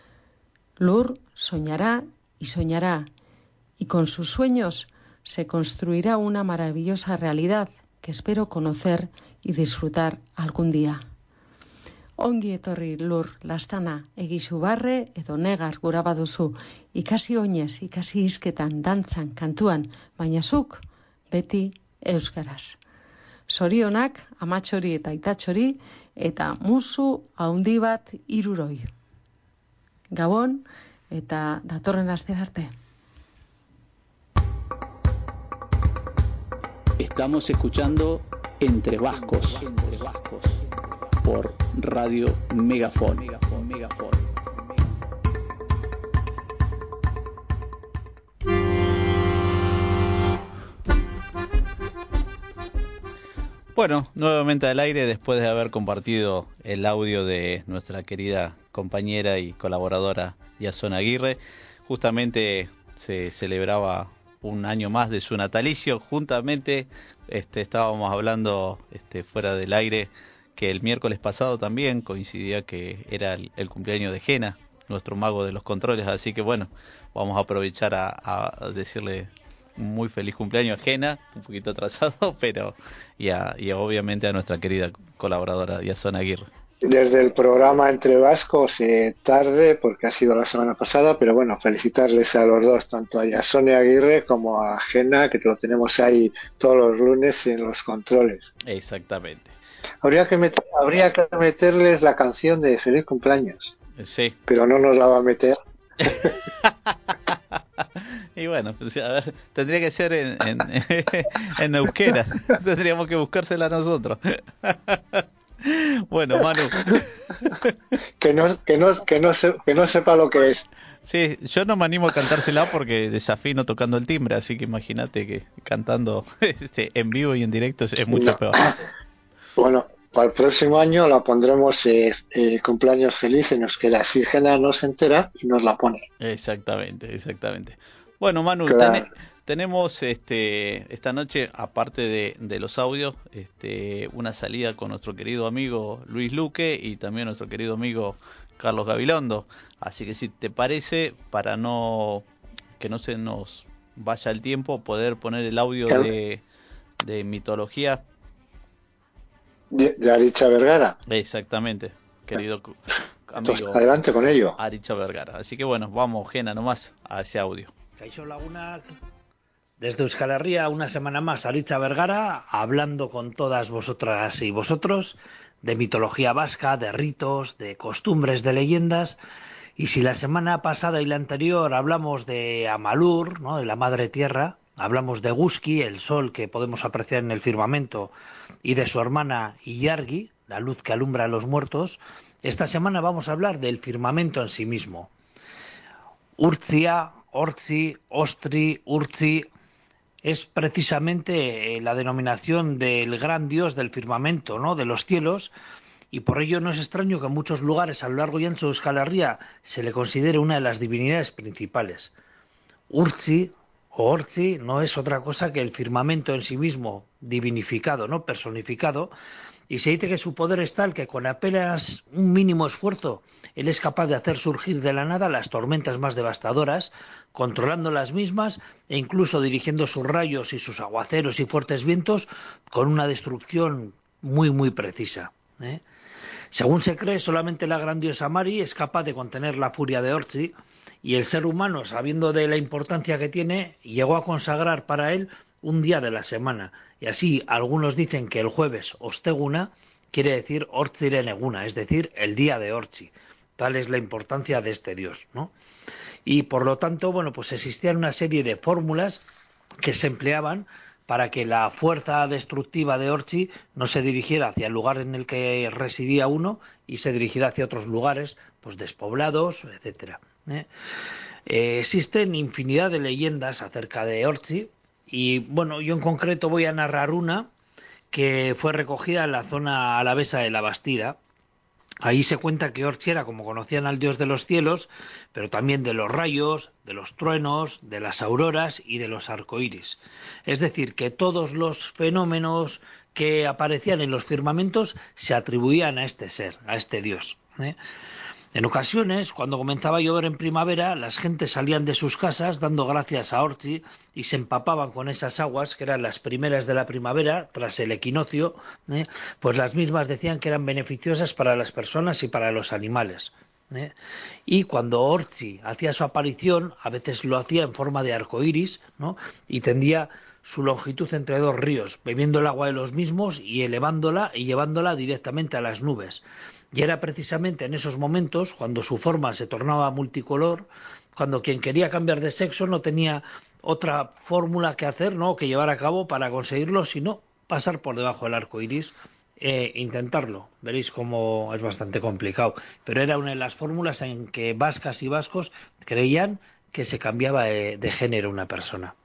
Lur soñará y soñará, y con sus sueños se construirá una maravillosa realidad que espero conocer y disfrutar algún día. Ongi etorri Lur lastana, egizu barre edo negar gura baduzu, ikasi oinez, ikasi hizketan, dantzan, kantuan, baina zuk beti euskaraz. Zorionak amatxori eta aitatxori eta musu handi bat hiruroi. Gabon eta datorren astera arte. Estamos escuchando Entre Vascos, Entre Vascos por Radio Megafon. Megafon, Megafon. Bueno, nuevamente al aire después de haber compartido el audio de nuestra querida compañera y colaboradora Jason Aguirre. Justamente se celebraba un año más de su natalicio. Juntamente este, estábamos hablando este, fuera del aire que el miércoles pasado también coincidía que era el, el cumpleaños de Jena, nuestro mago de los controles. Así que bueno, vamos a aprovechar a, a decirle muy feliz cumpleaños a Jena, un poquito atrasado, pero y, a, y a, obviamente a nuestra querida colaboradora Jason Aguirre. Desde el programa Entre Vascos, eh, tarde, porque ha sido la semana pasada, pero bueno, felicitarles a los dos, tanto a Jason Aguirre como a Jena, que lo tenemos ahí todos los lunes en los controles. Exactamente. Habría que, met- habría que meterles la canción de Feliz Cumpleaños. Sí. Pero no nos la va a meter. Y bueno, pues, a ver, tendría que ser en, en, en euskera. Tendríamos que buscársela nosotros. Bueno, Manu. que no que no que no se, que no sepa lo que es. Sí, yo no me animo a cantársela porque desafino tocando el timbre, así que imagínate que cantando este, en vivo y en directo es, es mucho no. peor. Bueno, para el próximo año la pondremos eh, eh, cumpleaños feliz y nos queda. Si Jena no se entera y nos la pone. Exactamente, exactamente. Bueno, Manu, claro. ten, tenemos este esta noche, aparte de, de los audios, este una salida con nuestro querido amigo Luis Luque y también nuestro querido amigo Carlos Gabilondo. Así que si te parece, para no que no se nos vaya el tiempo, poder poner el audio de, de mitología. De, de Aritxa Vergara. Exactamente, querido amigo. Entonces, adelante con ello. Aritxa Vergara. Así que bueno, vamos, Jena, nomás a ese audio. Kaixo lagunak, Desde Euskal Herria, una semana más, Aritza Vergara, hablando con todas vosotras y vosotros de mitología vasca, de ritos, de costumbres, de leyendas. Y si la semana pasada y la anterior hablamos de Amalur, ¿no?, de la madre tierra, hablamos de Guski, el sol que podemos apreciar en el firmamento, y de su hermana Ilargi, la luz que alumbra a los muertos, esta semana vamos a hablar del firmamento en sí mismo. Urtzia, Ortzi, Ostri, Urtzi, es precisamente la denominación del gran dios del firmamento, ¿no?, de los cielos, y por ello no es extraño que en muchos lugares a lo largo y ancho de Euskal Herria se le considere una de las divinidades principales. Urtzi o Ortzi no es otra cosa que el firmamento en sí mismo, divinificado, ¿no?, personificado, y se dice que su poder es tal que con apenas un mínimo esfuerzo él es capaz de hacer surgir de la nada las tormentas más devastadoras, controlando las mismas e incluso dirigiendo sus rayos y sus aguaceros y fuertes vientos con una destrucción muy muy precisa, ¿eh? Según se cree, solamente la gran diosa Mari es capaz de contener la furia de Ortzi, y el ser humano, sabiendo de la importancia que tiene, llegó a consagrar para él un día de la semana, y así algunos dicen que el jueves Osteguna quiere decir Ortziren Eguna, es decir, el día de Ortzi. Tal es la importancia de este dios, ¿no? Y por lo tanto, bueno, pues existían una serie de fórmulas que se empleaban para que la fuerza destructiva de Ortzi no se dirigiera hacia el lugar en el que residía uno y se dirigiera hacia otros lugares, pues despoblados, etcétera, ¿eh? Eh, existen infinidad de leyendas acerca de Ortzi, y bueno, yo en concreto voy a narrar una que fue recogida en la zona alavesa de La Bastida. Ahí se cuenta que Ortzi era como conocían al dios de los cielos, pero también de los rayos, de los truenos, de las auroras y de los arcoíris. Es decir, que todos los fenómenos que aparecían en los firmamentos se atribuían a este ser, a este dios, ¿eh? En ocasiones, cuando comenzaba a llover en primavera, las gentes salían de sus casas dando gracias a Ortzi y se empapaban con esas aguas, que eran las primeras de la primavera, tras el equinoccio, ¿eh? Pues las mismas decían que eran beneficiosas para las personas y para los animales, ¿eh? Y cuando Ortzi hacía su aparición, a veces lo hacía en forma de arcoíris, ¿no?, y tendía su longitud entre dos ríos, bebiendo el agua de los mismos y elevándola y llevándola directamente a las nubes. Y era precisamente en esos momentos, cuando su forma se tornaba multicolor, cuando quien quería cambiar de sexo no tenía otra fórmula que hacer, ¿no?, que llevar a cabo para conseguirlo, sino pasar por debajo del arco iris e intentarlo. Veréis cómo es bastante complicado, pero era una de las fórmulas en que vascas y vascos creían que se cambiaba de, de género una persona.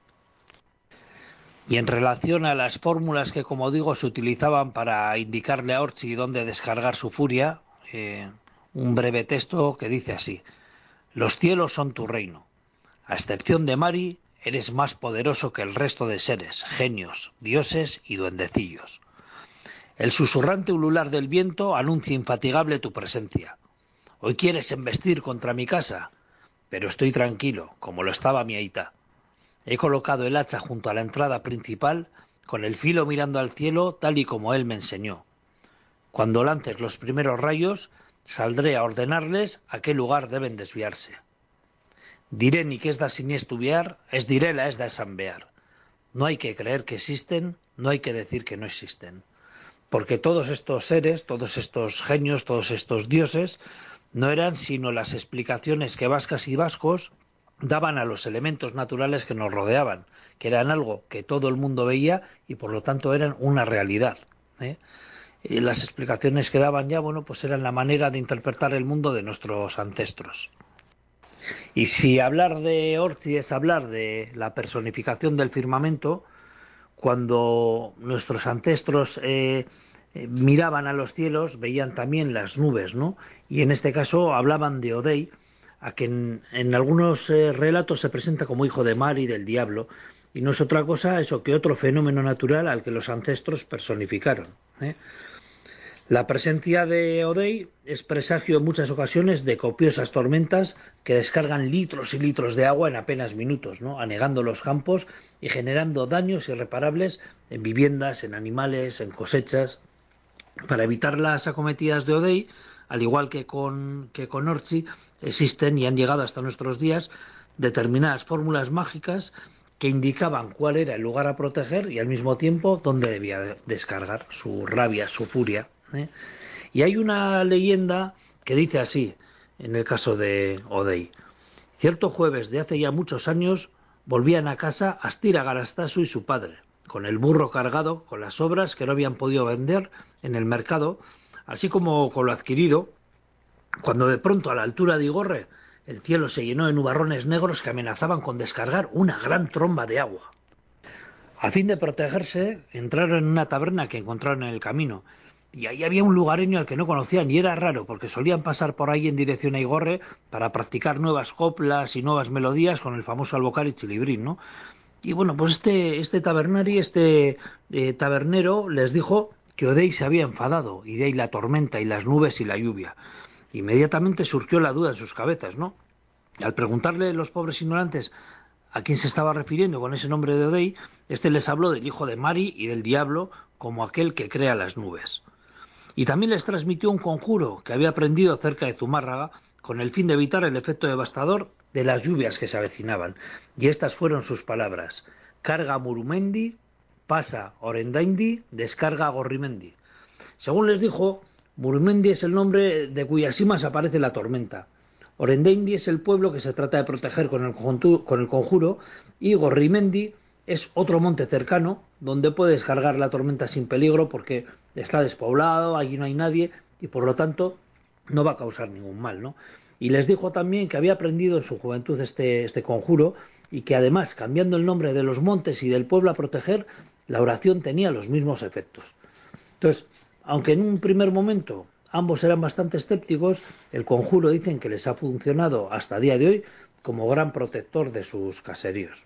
Y en relación a las fórmulas que, como digo, se utilizaban para indicarle a Ortzi dónde descargar su furia, eh, un breve texto que dice así: los cielos son tu reino. A excepción de Mari, eres más poderoso que el resto de seres, genios, dioses y duendecillos. El susurrante ulular del viento anuncia infatigable tu presencia. Hoy quieres embestir contra mi casa, pero estoy tranquilo, como lo estaba mi aita. He colocado el hacha junto a la entrada principal, con el filo mirando al cielo, tal y como él me enseñó. Cuando lances los primeros rayos, saldré a ordenarles a qué lugar deben desviarse. Diré ni que es da siniestuviar, es diré la es da esambear. No hay que creer que existen, no hay que decir que no existen. Porque todos estos seres, todos estos genios, todos estos dioses, no eran sino las explicaciones que vascas y vascos daban a los elementos naturales que nos rodeaban, que eran algo que todo el mundo veía y por lo tanto eran una realidad, ¿eh? Y las explicaciones que daban ya, bueno, pues eran la manera de interpretar el mundo de nuestros ancestros. Y si hablar de Ortzi es hablar de la personificación del firmamento, cuando nuestros ancestros eh, eh, miraban a los cielos, veían también las nubes, ¿no? Y en este caso hablaban de Odey, a quien en algunos eh, relatos se presenta como hijo de Mari, del diablo, y no es otra cosa eso que otro fenómeno natural al que los ancestros personificaron, ¿eh? La presencia de Odey es presagio en muchas ocasiones de copiosas tormentas que descargan litros y litros de agua en apenas minutos, ¿no?, anegando los campos y generando daños irreparables en viviendas, en animales, en cosechas. Para evitar las acometidas de Odey, al igual que con, que con Ortzi, existen y han llegado hasta nuestros días determinadas fórmulas mágicas que indicaban cuál era el lugar a proteger y al mismo tiempo dónde debía descargar su rabia, su furia, ¿eh? Y hay una leyenda que dice así, en el caso de Odey. Cierto jueves de hace ya muchos años volvían a casa Astira Garastasu y su padre, con el burro cargado con las obras que no habían podido vender en el mercado, así como con lo adquirido, cuando de pronto a la altura de Igorre el cielo se llenó de nubarrones negros que amenazaban con descargar una gran tromba de agua. A fin de protegerse, entraron en una taberna que encontraron en el camino, y ahí había un lugareño al que no conocían, y era raro, porque solían pasar por ahí en dirección a Igorre para practicar nuevas coplas y nuevas melodías con el famoso albocal y chilibrín, ¿no? Y bueno, pues este, este tabernari, este eh, tabernero, les dijo que Odey se había enfadado, y de ahí la tormenta y las nubes y la lluvia. Inmediatamente surgió la duda en sus cabezas, ¿no? Y al preguntarle los pobres ignorantes a quién se estaba refiriendo con ese nombre de Odey, este les habló del hijo de Mari y del diablo como aquel que crea las nubes. Y también les transmitió un conjuro que había aprendido cerca de Zumárraga con el fin de evitar el efecto devastador de las lluvias que se avecinaban. Y estas fueron sus palabras: carga Murumendi, pasa Orendaindi, descarga Gorrimendi. Según les dijo, Murumendi es el nombre de cuyas cimas aparece la tormenta. Orendaindi es el pueblo que se trata de proteger con el, con el conjuro, y Gorrimendi es otro monte cercano donde puede descargar la tormenta sin peligro porque está despoblado, allí no hay nadie y por lo tanto no va a causar ningún mal, ¿no? Y les dijo también que había aprendido en su juventud este, este conjuro y que además, cambiando el nombre de los montes y del pueblo a proteger, la oración tenía los mismos efectos. Entonces, aunque en un primer momento ambos eran bastante escépticos, el conjuro dicen que les ha funcionado hasta el día de hoy como gran protector de sus caseríos.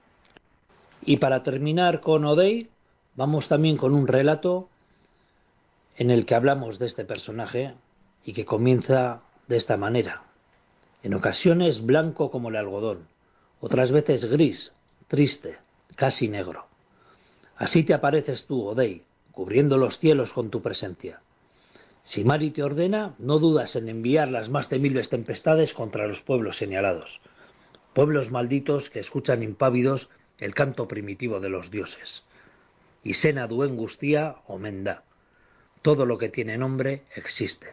Y para terminar con Odey, vamos también con un relato en el que hablamos de este personaje y que comienza de esta manera. En ocasiones blanco como el algodón, otras veces gris, triste, casi negro. Así te apareces tú, Odey, cubriendo los cielos con tu presencia. Si Mari te ordena, no dudas en enviar las más temibles tempestades contra los pueblos señalados, pueblos malditos que escuchan impávidos el canto primitivo de los dioses. Y sena duen guztia omen da. Todo lo que tiene nombre existe.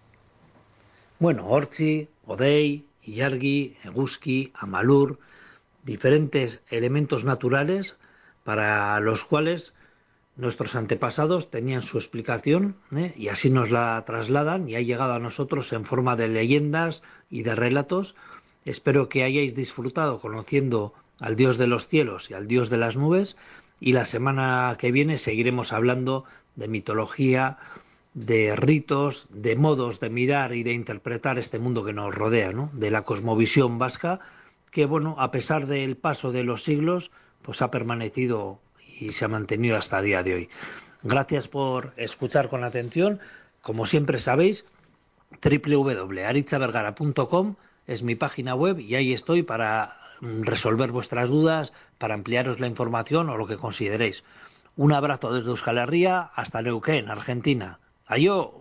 Bueno, Ortzi, Odey, Ilargi, Eguzki, Amalur, diferentes elementos naturales para los cuales nuestros antepasados tenían su explicación, ¿eh? Y así nos la trasladan y ha llegado a nosotros en forma de leyendas y de relatos. Espero que hayáis disfrutado conociendo al Dios de los cielos y al Dios de las nubes, y la semana que viene seguiremos hablando de mitología, de ritos, de modos de mirar y de interpretar este mundo que nos rodea, ¿no? De la cosmovisión vasca, que bueno, a pesar del paso de los siglos, pues ha permanecido y se ha mantenido hasta el día de hoy. Gracias por escuchar con atención. Como siempre sabéis, doble u doble u doble u punto aritzabergara punto com es mi página web y ahí estoy para resolver vuestras dudas, para ampliaros la información o lo que consideréis. Un abrazo desde Euskal Herria hasta Neuquén, Argentina. ¡Ayo!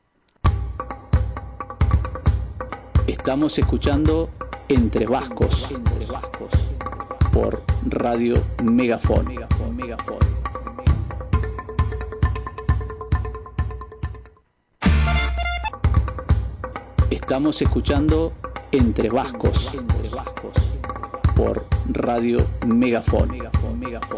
Estamos escuchando Entre Vascos, Entre Vascos por Radio Megafon. Megafon, Megafon. Estamos escuchando Entre Vascos, Entre Vascos por Radio Megafon. Megafon, Megafon.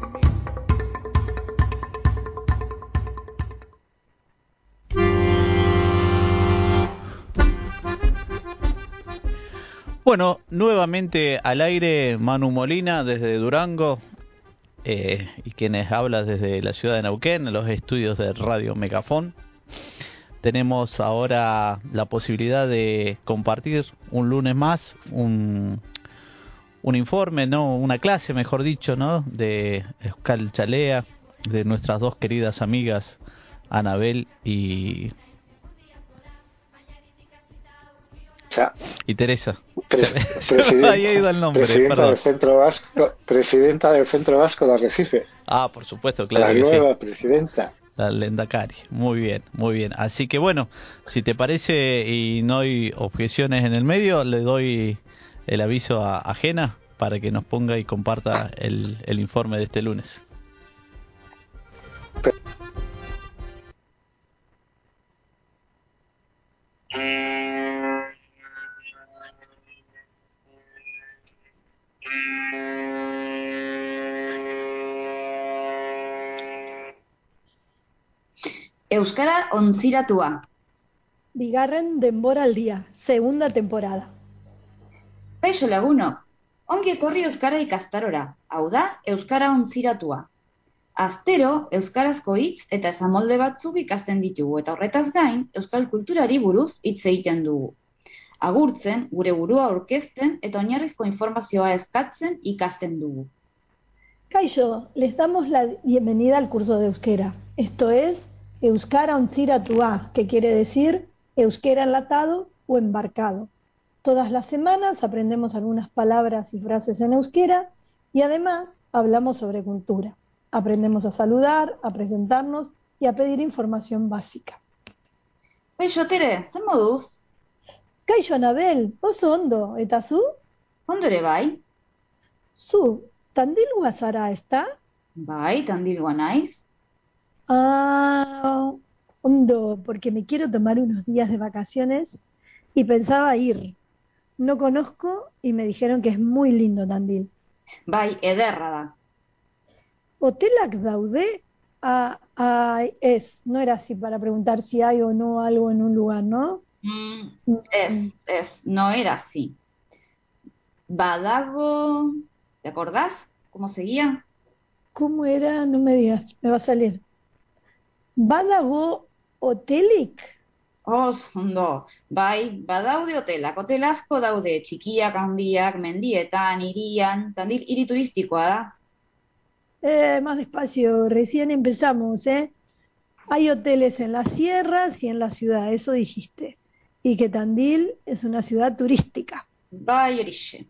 Bueno, nuevamente al aire Manu Molina desde Durango eh, y quienes habla desde la ciudad de Neuquén, en los estudios de Radio Megafon. Tenemos ahora la posibilidad de compartir un lunes más un, un informe, no, una clase, mejor dicho, ¿no? De Euskal Chalea, de nuestras dos queridas amigas Anabel y y Teresa. Pres se me había ido el nombre, presidenta perdón. del Centro Vasco, presidenta del Centro Vasco de Arrecifes. Ah, por supuesto, claro. La que nueva sí. presidenta. La Lendakari. Muy bien, muy bien. Así que bueno, si te parece y no hay objeciones en el medio, le doy el aviso a, a Jena para que nos ponga y comparta el, el informe de este lunes. Euskara ontziratua. Bigarren denboraldia, segunda temporada. Kaixo lagunok, ongi etorri Euskara ikastarora, hau da, Euskara ontziratua. Astero, euskarazko hitz eta esamolde batzuk ikasten ditugu, eta horretaz gain, euskal kulturari buruz hitz egiten dugu. Agurtzen, gure burua aurkezten eta oinarrizko informazioa eskatzen ikasten dugu. Kaixo, les damos la bienvenida al curso de euskera. Esto es Euskara ontziratua, que quiere decir euskera enlatado o embarcado. Todas las semanas aprendemos algunas palabras y frases en euskera y además hablamos sobre cultura. Aprendemos a saludar, a presentarnos y a pedir información básica. Kaixo Tere, zer moduz? Kaixo Anabel, oso ondo, eta zu? Ondo ere bai? Zu, tandilua zara, ezta? Bai, tandilua naiz. Ah, ondo, porque me quiero tomar unos días de vacaciones y pensaba ir. No conozco y me dijeron que es muy lindo Tandil. Bai, ederra da. Hotelak daude? Ah, ah, ez, no era así para preguntar si hay o no algo en un lugar, ¿no? Mm, ez, ez, no era así. Badago... ¿Te acordás cómo seguía? ¿Cómo era? No me digas, me va a salir. Badago hotelik? Os, ondo, bai, badaude hotelak, hotel asko daude, txikiak, handiak, mendietan, hirian, Tandil hiri turistikoa da. Eh, más despacio, recién empezamos, ¿eh? Hay hoteles en las sierras y en la ciudad, eso dijiste. Y que Tandil es una ciudad turística. Bai, horixe.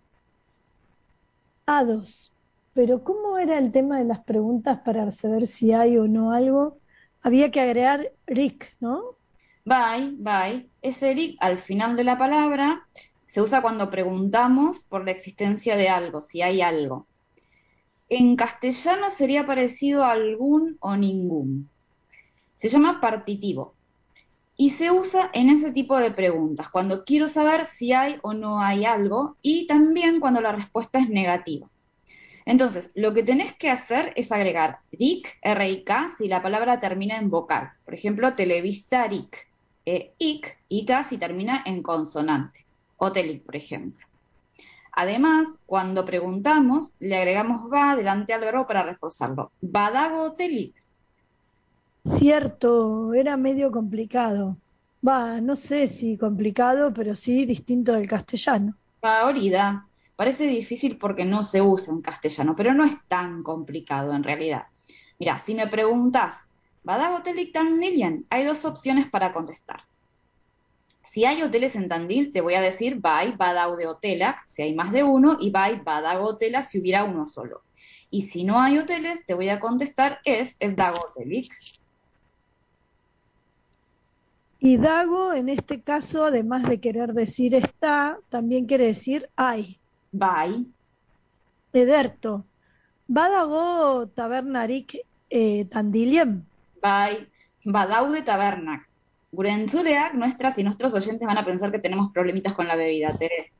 A dos. Pero ¿cómo era el tema de las preguntas para saber si hay o no algo? Había que agregar Rick, ¿no? Bai, bai, ese erik al final de la palabra se usa cuando preguntamos por la existencia de algo, si hay algo. En castellano sería parecido a algún o ningún. Se llama partitivo y se usa en ese tipo de preguntas, cuando quiero saber si hay o no hay algo y también cuando la respuesta es negativa. Entonces, lo que tenés que hacer es agregar rik, R I K, si la palabra termina en vocal. Por ejemplo, televistarik, eh, ik, ika si termina en consonante. Hotelik, por ejemplo. Además, cuando preguntamos, le agregamos va delante al verbo para reforzarlo. Badago hotelik. Cierto, era medio complicado. Va, no sé si complicado, pero sí distinto del castellano. Ba, hori da. Parece difícil porque no se usa en castellano, pero no es tan complicado en realidad. Mira, si me preguntas, ¿badago hotelik Tandilian? Hay dos opciones para contestar. Si hay hoteles en Tandil, te voy a decir bai badaude hotelak, si hay más de uno, y bai badago hotela si hubiera uno solo. Y si no hay hoteles, te voy a contestar es ez dago hotelik. Y dago, en este caso, además de querer decir está, también quiere decir hay. Bai, Ederto, badago tabernarik eh, Tandilien? bai, badaude tabernak. Gure entzuleak, nuestras y nuestros oyentes van a pensar que tenemos problemitas con la bebida, Tere.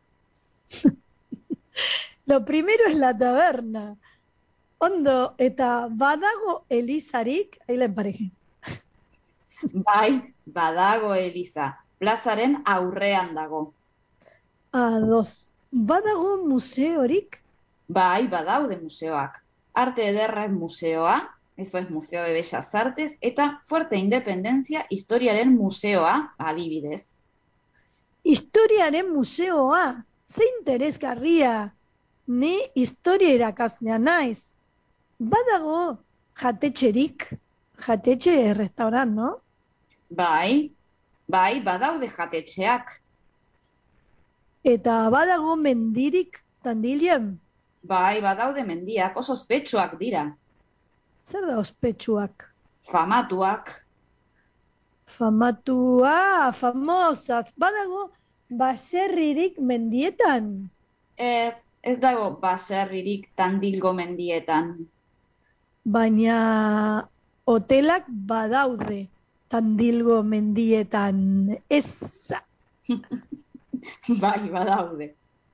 Lo primero es la taberna. Ondo, eta badago elizarik, ahí la emparejé. Bai, badago Elisa, plazaren aurrean dago. A dos, badago museorik? Bai, badaude museoak. Arte ederren museoa, eso es Museo de Bellas Artes, eta Fuerte Independencia historiaren museoa, adibidez. Historiaren museoa, ze interesgarria, ni historia irakaslea naiz. Badago jatetxerik, jatetxe restaurant, no? Bai, bai, badaude jatetxeak. Eta badago mendirik Tandilien? Bai, badaude mendiak, oso ospetsuak dira. Zer da ospetsuak? Famatuak. Famatua, famosas. Badago baserririk mendietan? Ez, ez dago baserririk tandilgo mendietan. Baina hotelak badaude tandilgo mendietan, eza. Bai, badaude.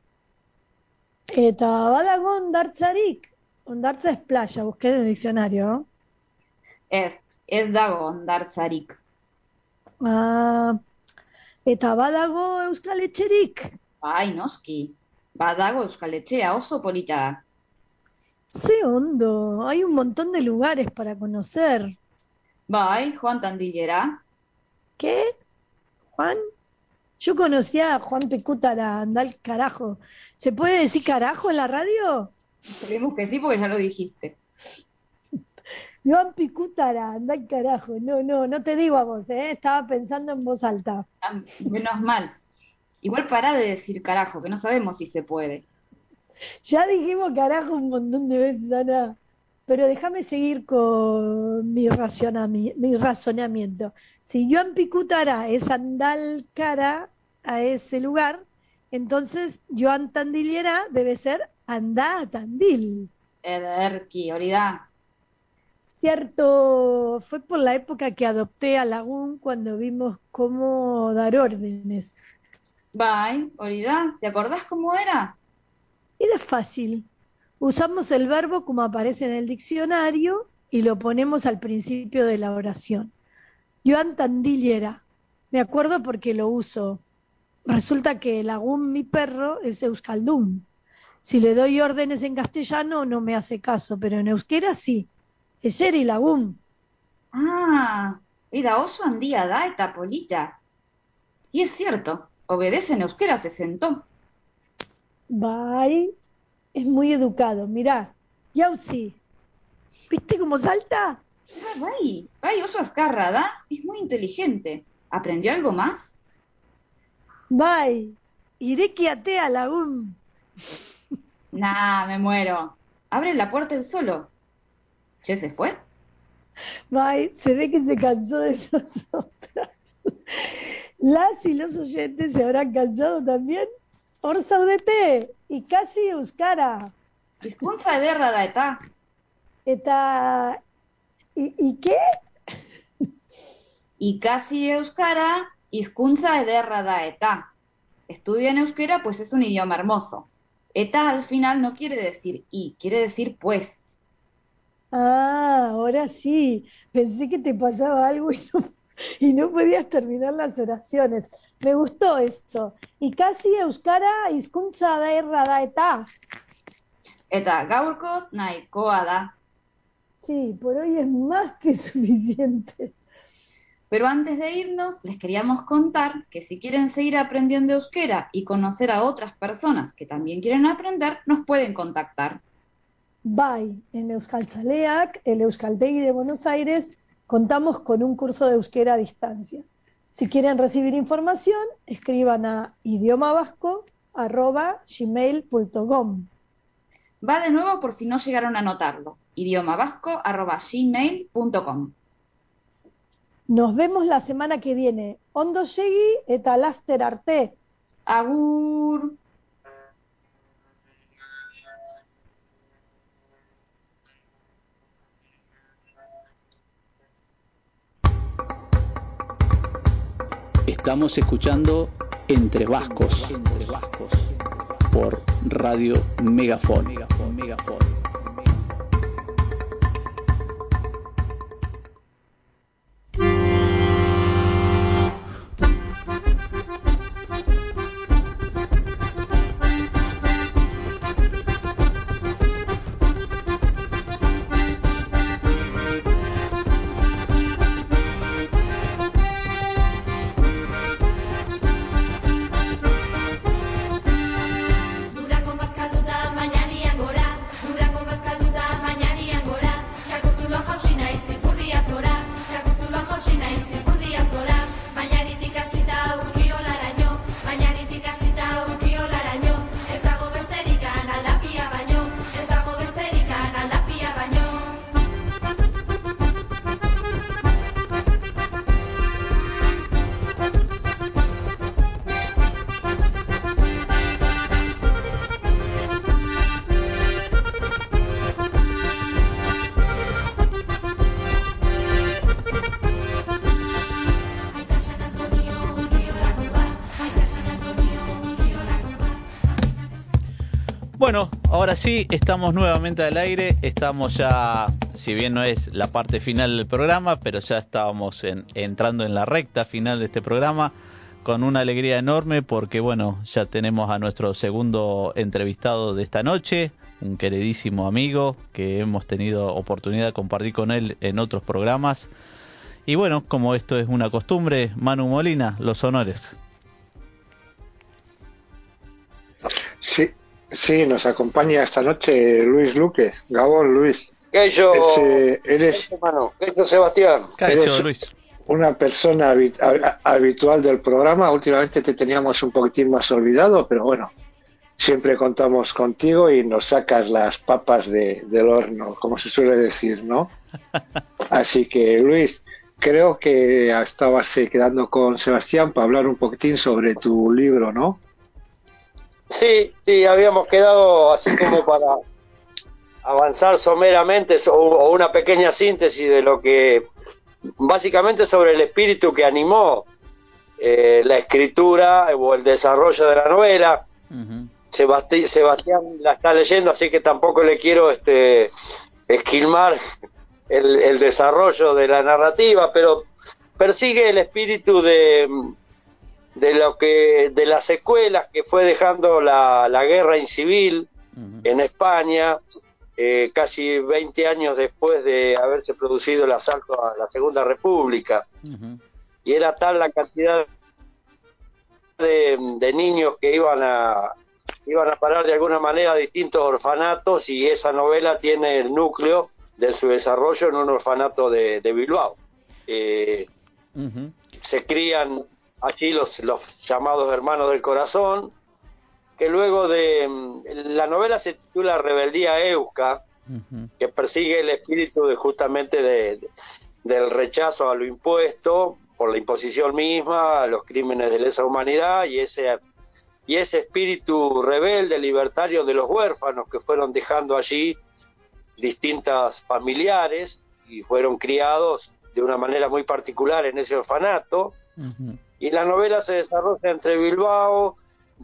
Eta badago hondartzarik, hondartza es playa, busqué en el diccionario. Ez, ez dago hondartzarik. Ah, eta badago euskal etxerik. Bai, noski, badago euskal etxea oso polita da. Ze ondo, hay un montón de lugares para conocer. Bai, Juan Tandilera. ¿Qué? ¿Juan? Yo conocía a Juan Picútara, anda al carajo. ¿Se puede decir carajo en la radio? Esperemos que sí, porque ya lo dijiste. Juan Picútara, anda al carajo. No, no, no te digo a vos, ¿eh? Estaba pensando en voz alta. Ah, menos mal. Igual pará de decir carajo, que no sabemos si se puede. Ya dijimos carajo un montón de veces, Ana. Pero déjame seguir con mi, razonami- mi razonamiento. Si Joan Picútara es andal cara a ese lugar, entonces Joan Tandiliera debe ser andá a Tandil. Ederki, hori da. Cierto, fue por la época que adopté a Lagún cuando vimos cómo dar órdenes. Bai, hori da. ¿Te acordás cómo era? Era fácil. Usamos el verbo como aparece en el diccionario y lo ponemos al principio de la oración. Joan Tandiliera. Me acuerdo porque lo uso. Resulta que Lagún, mi perro, es euskaldún. Si le doy órdenes en castellano no me hace caso, pero en euskera sí. Eseri Lagún. Ah, era oso handia da eta polita. Y es cierto, obedece en euskera, se sentó. Bai, es muy educado. Mirá, Yauzi. ¿Viste cómo salta? Ah, bai, bai, oso azkarra da. Es muy inteligente. ¿Aprendió algo más? Bai, ireki atea Lagún. Nah, me muero. Abre la puerta él solo. ¿Ya se fue? Bai, se ve que se cansó de nosotras. Las y los oyentes se habrán cansado también. Hor zaudete, ikasi euskara. Hizkuntza ederra da eta. Eta, ¿y, y qué? Ikasi euskara, hizkuntza ederra da eta. Estudia en euskera pues es un idioma hermoso. Eta al final no quiere decir y, quiere decir pues. Ah, ahora sí. Pensé que te pasaba algo y no, y no podías terminar las oraciones. Me gustó esto. Ikasi euskara hizkuntza ederra da eta. Eta gaurkoz nahikoa da. Sí, por hoy es más que suficiente. Pero antes de irnos, les queríamos contar que si quieren seguir aprendiendo euskera y conocer a otras personas que también quieren aprender, nos pueden contactar. Bai, en Euskaltzaleak, el Euskaltegi de Buenos Aires, contamos con un curso de euskera a distancia. Si quieren recibir información, escriban a idiomavasco arroba gmail punto com. Va de nuevo por si no llegaron a notarlo. idiomavasco arroba gmail punto com. Nos vemos la semana que viene. Ondo segi eta laster arte. Agur. Estamos escuchando Entre Vascos, Entre Vascos por Radio Megafon. Megafon, Megafon. Durango bazkaldu da mañanian gora, Durango Bueno, ahora sí, estamos nuevamente al aire, estamos ya, si bien no es la parte final del programa, pero ya estábamos en, entrando en la recta final de este programa, con una alegría enorme porque, bueno, ya tenemos a nuestro segundo entrevistado de esta noche, un queridísimo amigo que hemos tenido oportunidad de compartir con él en otros programas. Y bueno, como esto es una costumbre, Manu Molina, los honores. Sí. Sí, nos acompaña esta noche Luis Luquez. Gabón, Luis. ¿Qué yo? Es, eh, eres, ¿Qué yo, Sebastián? Eres Luis? Una persona habit habitual del programa. Últimamente te teníamos un poquitín más olvidado, pero bueno, siempre contamos contigo y nos sacas las papas de, del horno, como se suele decir, ¿no? Así que, Luis, creo que estabas quedando con Sebastián para hablar un poquitín sobre tu libro, ¿no? Sí, sí, habíamos quedado así como para avanzar someramente o, o una pequeña síntesis de lo que, básicamente sobre el espíritu que animó eh, la escritura o el desarrollo de la novela. Uh-huh. Sebasti- Sebastián la está leyendo, así que tampoco le quiero este esquilmar el, el desarrollo de la narrativa, pero persigue el espíritu de... de lo que de las secuelas que fue dejando la, la guerra incivil uh-huh. en España, eh, casi veinte años después de haberse producido el asalto a la Segunda República. Uh-huh. Y era tal la cantidad de, de niños que iban a iban a parar de alguna manera a distintos orfanatos, y esa novela tiene el núcleo de su desarrollo en un orfanato de, de Bilbao. Eh, uh-huh. Se crían allí los, los llamados hermanos del corazón, que luego de... La novela se titula Rebeldía Euska, uh-huh. que persigue el espíritu de, justamente de, de, del rechazo a lo impuesto, por la imposición misma, a los crímenes de lesa humanidad, y ese, y ese espíritu rebelde, libertario de los huérfanos que fueron dejando allí distintas familiares y fueron criados de una manera muy particular en ese orfanato. Uh-huh. Y la novela se desarrolla entre Bilbao,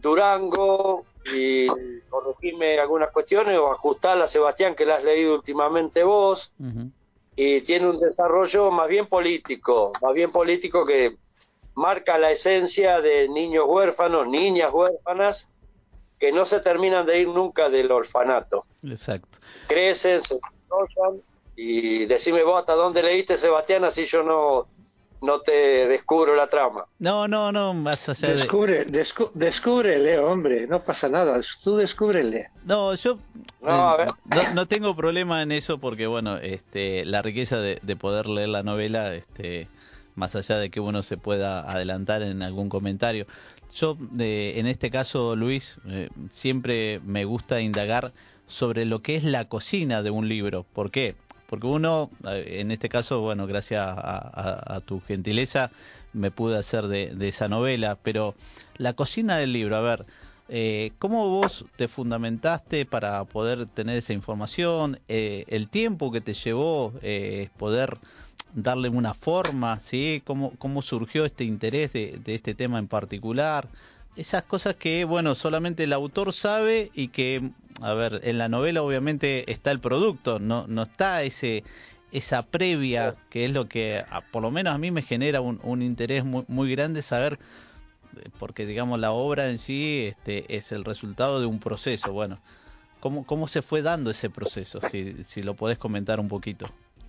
Durango, y corregime algunas cuestiones o ajustarla, Sebastián, que la has leído últimamente vos. Uh-huh. Y tiene un desarrollo más bien político, más bien político que marca la esencia de niños huérfanos, niñas huérfanas, que no se terminan de ir nunca del orfanato. Exacto. Crecen, se desarrollan, y decime vos hasta dónde leíste, Sebastián, así yo no... no te descubro la trama. No, no, no, más allá Descubre, de... descu descúbrele, hombre, no pasa nada, tú descúbrele. No, yo no, eh, no, no tengo problema en eso porque, bueno, este, la riqueza de, de poder leer la novela, este, más allá de que uno se pueda adelantar en algún comentario. Yo, eh, en este caso, Luis, eh, siempre me gusta indagar sobre lo que es la cocina de un libro. ¿Por qué? Porque uno, en este caso, bueno, gracias a, a, a tu gentileza, me pude hacer de, de esa novela, pero la cocina del libro, a ver, eh, ¿cómo vos te fundamentaste para poder tener esa información? Eh, el tiempo que te llevó eh, poder darle una forma, ¿sí? ¿Cómo, cómo surgió este interés de, de este tema en particular? Esas cosas que, bueno, solamente el autor sabe y que, a ver, en la novela obviamente está el producto, no no está ese esa previa, que es lo que, a, por lo menos a mí me genera un, un interés muy, muy grande saber, porque, digamos, la obra en sí este, es el resultado de un proceso. Bueno, ¿cómo, cómo se fue dando ese proceso? Si, si lo podés comentar un poquito.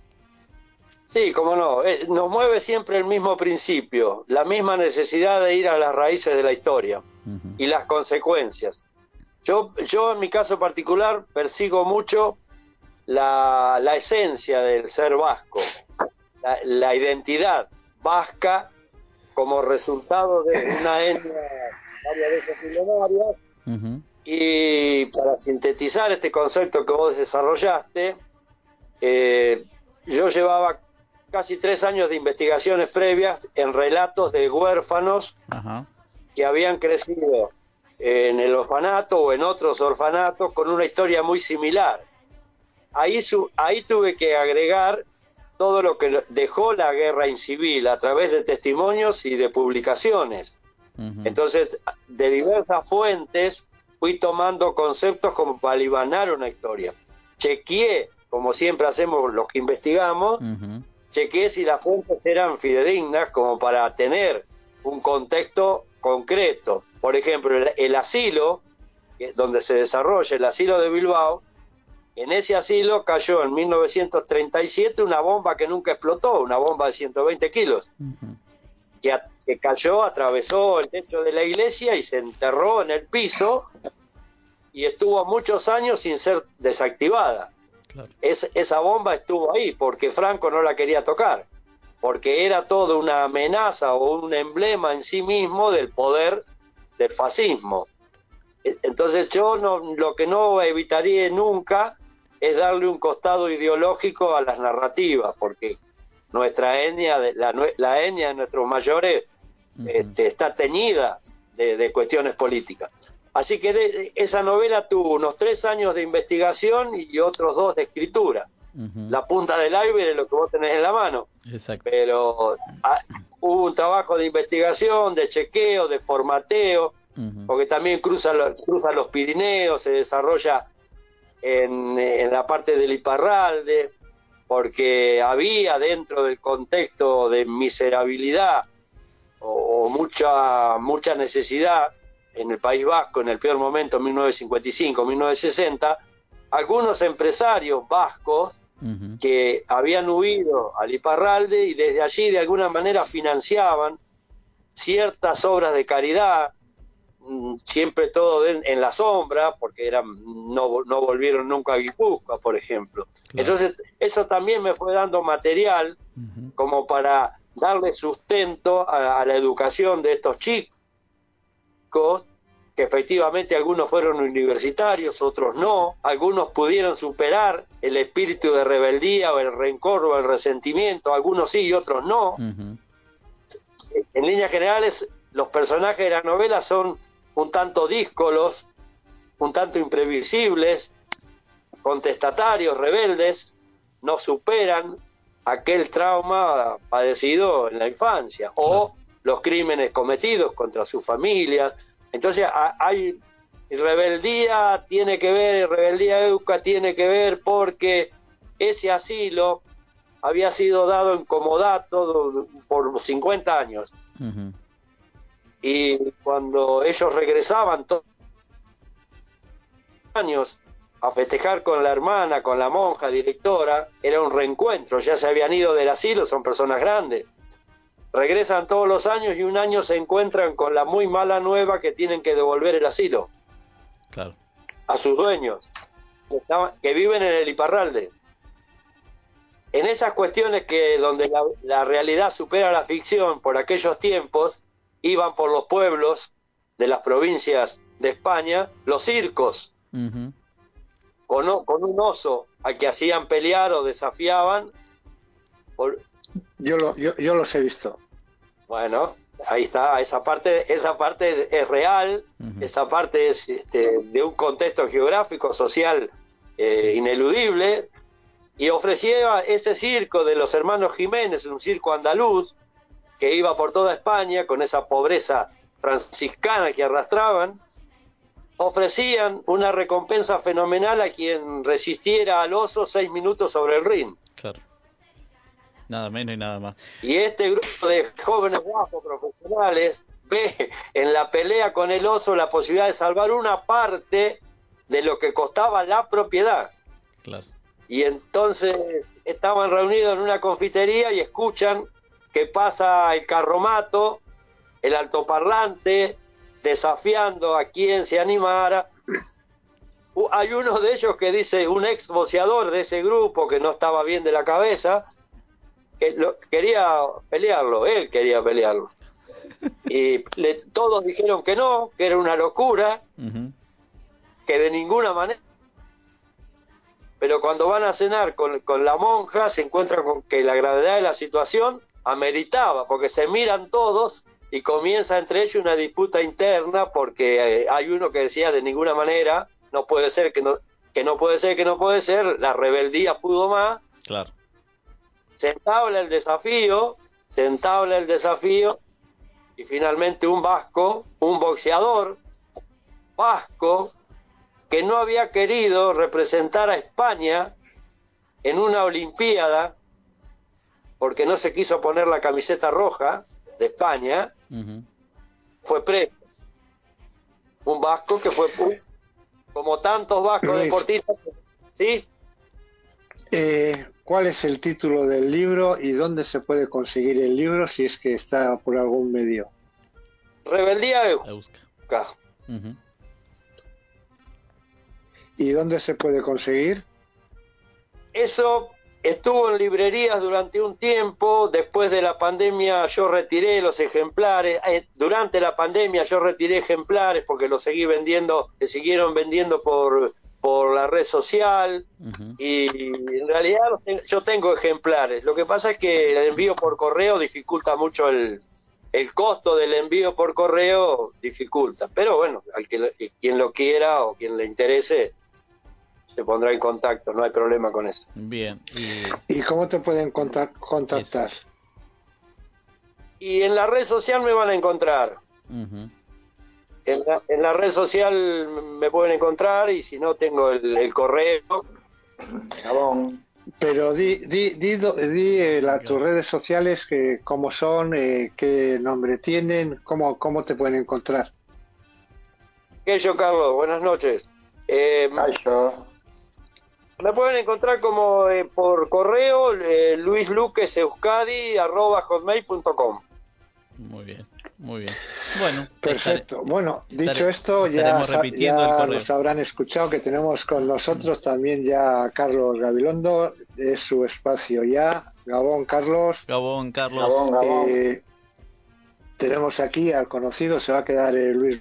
Sí, cómo no. Eh, nos mueve siempre el mismo principio, la misma necesidad de ir a las raíces de la historia uh-huh. y las consecuencias. Yo, yo en mi caso particular persigo mucho la, la esencia del ser vasco, la, la identidad vasca como resultado de una etnia varias veces milenaria. Uh-huh. Y para sintetizar este concepto que vos desarrollaste, eh, yo llevaba casi tres años de investigaciones previas en relatos de huérfanos uh-huh. que habían crecido en el orfanato o en otros orfanatos con una historia muy similar. Ahí, su, ahí tuve que agregar todo lo que dejó la guerra incivil a través de testimonios y de publicaciones. Uh-huh. Entonces, de diversas fuentes fui tomando conceptos como para alivianar una historia. Chequeé, como siempre hacemos los que investigamos, uh-huh. chequeé si las fuentes eran fidedignas como para tener un contexto concreto. Por ejemplo, el, el asilo, donde se desarrolla el asilo de Bilbao, en ese asilo cayó en mil novecientos treinta y siete una bomba que nunca explotó, una bomba de ciento veinte kilos, uh-huh. que, a, que cayó, atravesó el techo de la iglesia y se enterró en el piso y estuvo muchos años sin ser desactivada. Claro. Es, esa bomba estuvo ahí porque Franco no la quería tocar, porque era toda una amenaza o un emblema en sí mismo del poder del fascismo. Entonces yo no, lo que no evitaría nunca es darle un costado ideológico a las narrativas, porque nuestra etnia, la, la etnia de nuestros mayores uh-huh. este, está teñida de, de cuestiones políticas. Así que de, esa novela tuvo unos tres años de investigación y otros dos de escritura. Uh-huh. La punta del iceberg es lo que vos tenés en la mano. Exacto. Pero ah, hubo un trabajo de investigación, de chequeo, de formateo, uh-huh. porque también cruza, cruza los Pirineos, se desarrolla en, en la parte del Iparralde, porque había dentro del contexto de miserabilidad o, o mucha, mucha necesidad en el País Vasco, en el peor momento, mil novecientos cincuenta y cinco, mil novecientos sesenta, algunos empresarios vascos uh-huh. que habían huido al Iparralde y desde allí de alguna manera financiaban ciertas obras de caridad, siempre todo en, en la sombra, porque eran no, no volvieron nunca a Guipúzcoa, por ejemplo. Claro. Entonces, eso también me fue dando material uh-huh. como para darle sustento a, a la educación de estos chicos, que efectivamente algunos fueron universitarios, otros no, algunos pudieron superar el espíritu de rebeldía o el rencor o el resentimiento, algunos sí y otros no. Uh-huh. En líneas generales, los personajes de la novela son un tanto díscolos, un tanto imprevisibles, contestatarios, rebeldes, no superan aquel trauma padecido en la infancia o los crímenes cometidos contra sus familias. Entonces hay rebeldía, tiene que ver, rebeldía euca tiene que ver porque ese asilo había sido dado en comodato por cincuenta años. Uh-huh. Y cuando ellos regresaban todos los años a festejar con la hermana, con la monja directora, era un reencuentro, ya se habían ido del asilo, son personas grandes. Regresan todos los años y un año se encuentran con la muy mala nueva que tienen que devolver el asilo. Claro. A sus dueños, que, estaban, que viven en el Iparralde. En esas cuestiones que donde la, la realidad supera la ficción por aquellos tiempos, iban por los pueblos de las provincias de España, los circos, uh-huh. con, con un oso al que hacían pelear o desafiaban. Por... Yo, lo, yo, yo los he visto. Bueno, ahí está, esa parte, esa parte es, es real, uh-huh. esa parte es este, de un contexto geográfico, social eh, ineludible, y ofrecía ese circo de los hermanos Jiménez, un circo andaluz, que iba por toda España con esa pobreza franciscana que arrastraban, ofrecían una recompensa fenomenal a quien resistiera al oso seis minutos sobre el ring. Claro. Nada menos y nada más. Y este grupo de jóvenes guapos profesionales ve en la pelea con el oso la posibilidad de salvar una parte de lo que costaba la propiedad. Claro. Y entonces estaban reunidos en una confitería y escuchan que pasa el carromato, el altoparlante, desafiando a quien se animara. Uh, hay uno de ellos que dice, un ex boxeador de ese grupo que no estaba bien de la cabeza, que lo, quería pelearlo, él quería pelearlo. Y le, todos dijeron que no, que era una locura, uh-huh. que de ninguna manera. Pero cuando van a cenar con, con la monja se encuentran con que la gravedad de la situación ameritaba, porque se miran todos y comienza entre ellos una disputa interna, porque eh, hay uno que decía de ninguna manera, no puede ser que no, que no puede ser, que no puede ser, la rebeldía pudo más. Claro. Se entabla el desafío, se entabla el desafío, y finalmente un vasco, un boxeador, vasco que no había querido representar a España en una Olimpiada porque no se quiso poner la camiseta roja de España, uh-huh. fue preso. Un vasco que fue, como tantos vascos Luis, deportistas, ¿sí? Eh, ¿Cuál es el título del libro y dónde se puede conseguir el libro si es que está por algún medio? Rebeldía Euska. Uh-huh. ¿Y dónde se puede conseguir? Eso estuvo en librerías durante un tiempo. Después de la pandemia yo retiré los ejemplares. Eh, durante la pandemia yo retiré ejemplares porque los seguí vendiendo, se siguieron vendiendo por, por la red social. Uh-huh. Y en realidad yo tengo ejemplares. Lo que pasa es que el envío por correo dificulta mucho el, el costo del envío por correo dificulta. Pero bueno, al que quien lo quiera o quien le interese se pondrá en contacto, no hay problema con eso. Bien. ¿Y, ¿Y cómo te pueden contact contactar? Es... Y en la red social me van a encontrar. Uh-huh. En la, en la red social me pueden encontrar y si no tengo el, el correo. Jabón. Pero di, di, di, di eh, la, tus redes sociales, que cómo son, eh, qué nombre tienen, cómo, cómo te pueden encontrar. ¿Qué yo, Carlos? Buenas noches. Eh, Cayo. Me pueden encontrar como eh, por correo eh, luisluqueseuskadi arroba hotmail punto com. Muy bien, muy bien. Bueno, perfecto. Estaré, bueno, estaré, dicho esto, ya, ya nos correo. habrán escuchado que tenemos con nosotros también ya a Carlos Gabilondo, es su espacio ya. Gabón, Carlos. Gabón, Carlos. Gabón, Gabón. Eh, tenemos aquí al conocido, se va a quedar eh, Luis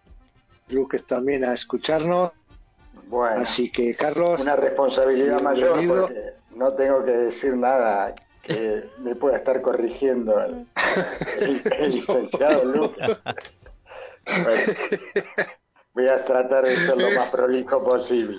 Luques también a escucharnos. Bueno, así que Carlos, una responsabilidad bienvenido. mayor porque no tengo que decir nada que me pueda estar corrigiendo el, el, el licenciado Lucas. Bueno, voy a tratar de ser lo más prolijo posible.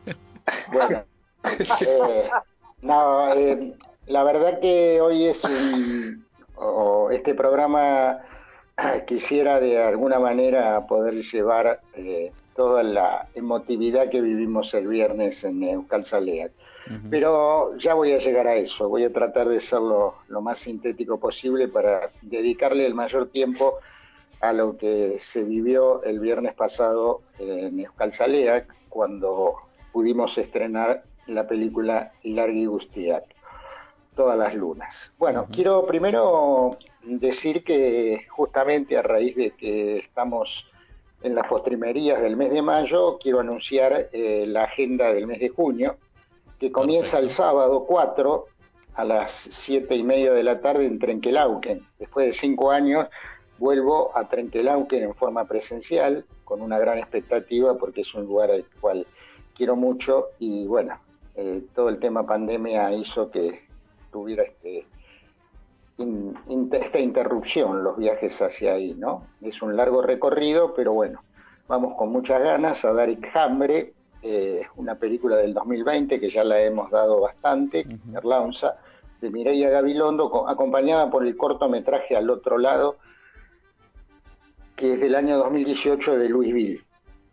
Bueno, eh, no, eh, la verdad que hoy es un, o este programa quisiera de alguna manera poder llevar eh, toda la emotividad que vivimos el viernes en Euskal Zaleak. Uh-huh. Pero ya voy a llegar a eso, voy a tratar de ser lo, lo más sintético posible para dedicarle el mayor tiempo a lo que se vivió el viernes pasado en Euskal Zaleak, cuando pudimos estrenar la película Ilargi Guztiak, Todas las lunas. Bueno, uh-huh. quiero primero decir que justamente a raíz de que estamos en las postrimerías del mes de mayo, quiero anunciar eh, la agenda del mes de junio, que comienza Perfecto. el sábado cuatro a las siete y media de la tarde en Trenquelauquen. Después de cinco años vuelvo a Trenquelauquen en forma presencial, con una gran expectativa porque es un lugar al cual quiero mucho y bueno, eh, todo el tema pandemia hizo que tuviera este, in, in, esta interrupción los viajes hacia ahí, ¿no? Es un largo recorrido, pero bueno, vamos con muchas ganas a dar Hambre, eh, una película del dos mil veinte que ya la hemos dado bastante, uh-huh. Erlaunza, de Mireia Gabilondo, acompañada por el cortometraje Al otro lado, que es del año dos mil dieciocho de Louisville.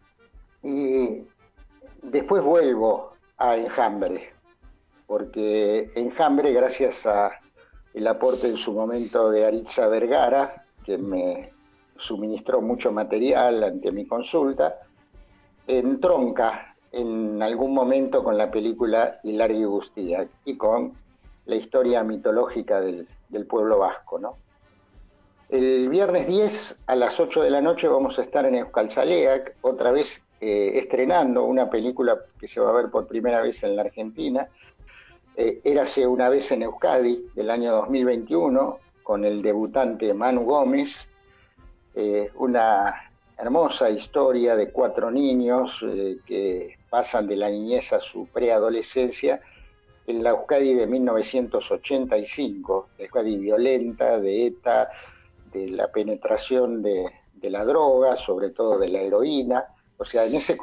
Y después vuelvo a Enjambre, porque Enjambre, gracias a el aporte en su momento de Aritza Vergara, que me suministró mucho material ante mi consulta, entronca en algún momento con la película Ilargi Guztiak y con la historia mitológica del, del pueblo vasco, ¿no? El viernes diez a las ocho de la noche vamos a estar en Euskal Zaleak, otra vez eh, estrenando una película que se va a ver por primera vez en la Argentina, eh, Érase una vez en Euskadi, del año dos mil veintiuno, con el debutante Manu Gómez, eh, una hermosa historia de cuatro niños eh, que pasan de la niñez a su preadolescencia en la Euskadi de mil novecientos ochenta y cinco, Euskadi violenta, de ETA, de la penetración de, de la droga, sobre todo de la heroína. O sea, en ese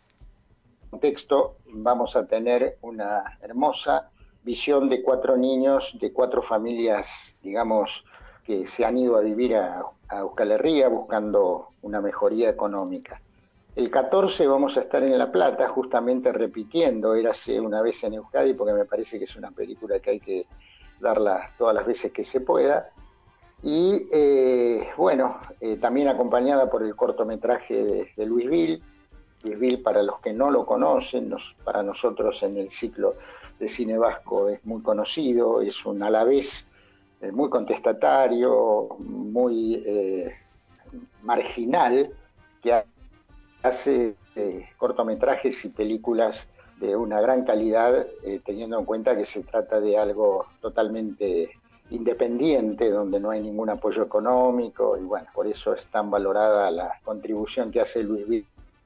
contexto vamos a tener una hermosa visión de cuatro niños, de cuatro familias, digamos, que se han ido a vivir a, a Euskal Herria buscando una mejoría económica. El catorce vamos a estar en La Plata, justamente repitiendo Érase una vez en Euskadi, porque me parece que es una película que hay que darla todas las veces que se pueda. Y eh, bueno, eh, también acompañada por el cortometraje de, de Luis Vil. Luis Vil, para los que no lo conocen, nos, para nosotros en el ciclo de cine vasco es muy conocido, es un alavés eh, muy contestatario, muy eh, marginal, que hace eh, cortometrajes y películas de una gran calidad, eh, teniendo en cuenta que se trata de algo totalmente independiente, donde no hay ningún apoyo económico, y bueno, por eso es tan valorada la contribución que hace Luis Vil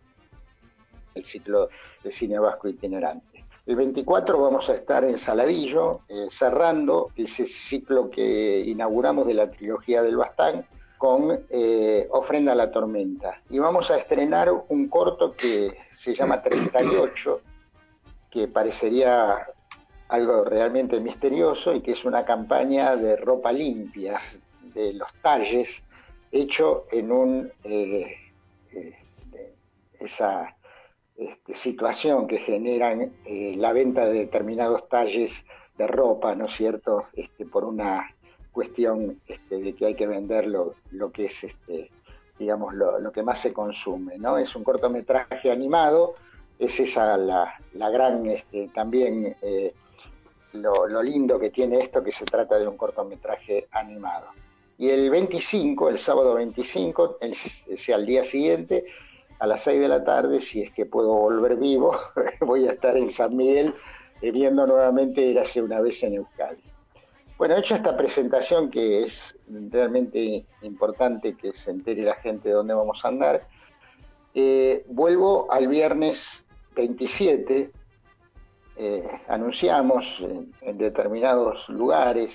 el ciclo de cine vasco itinerante. El veinticuatro vamos a estar en Saladillo, eh, cerrando ese ciclo que inauguramos de la trilogía del Bastán con eh, Ofrenda a la Tormenta. Y vamos a estrenar un corto que se llama treinta y ocho, que parecería algo realmente misterioso y que es una campaña de ropa limpia de los talles, hecho en un eh, eh, esa Este, situación que generan eh, la venta de determinados talles de ropa, ¿no es cierto?, este, por una cuestión este, de que hay que vender lo, lo que es, este, digamos, lo, lo que más se consume, ¿no? Es un cortometraje animado, es esa la, la gran, este, también eh, lo, lo lindo que tiene esto, que se trata de un cortometraje animado. Y el veinticinco, el sábado veinticinco, el, o sea, al día siguiente, a las seis de la tarde, si es que puedo volver vivo, voy a estar en San Miguel eh, viendo nuevamente Érase una vez en Euskadi. Bueno, hecho esta presentación, que es realmente importante que se entere la gente de dónde vamos a andar, eh, vuelvo al viernes veintisiete, eh, anunciamos en, en determinados lugares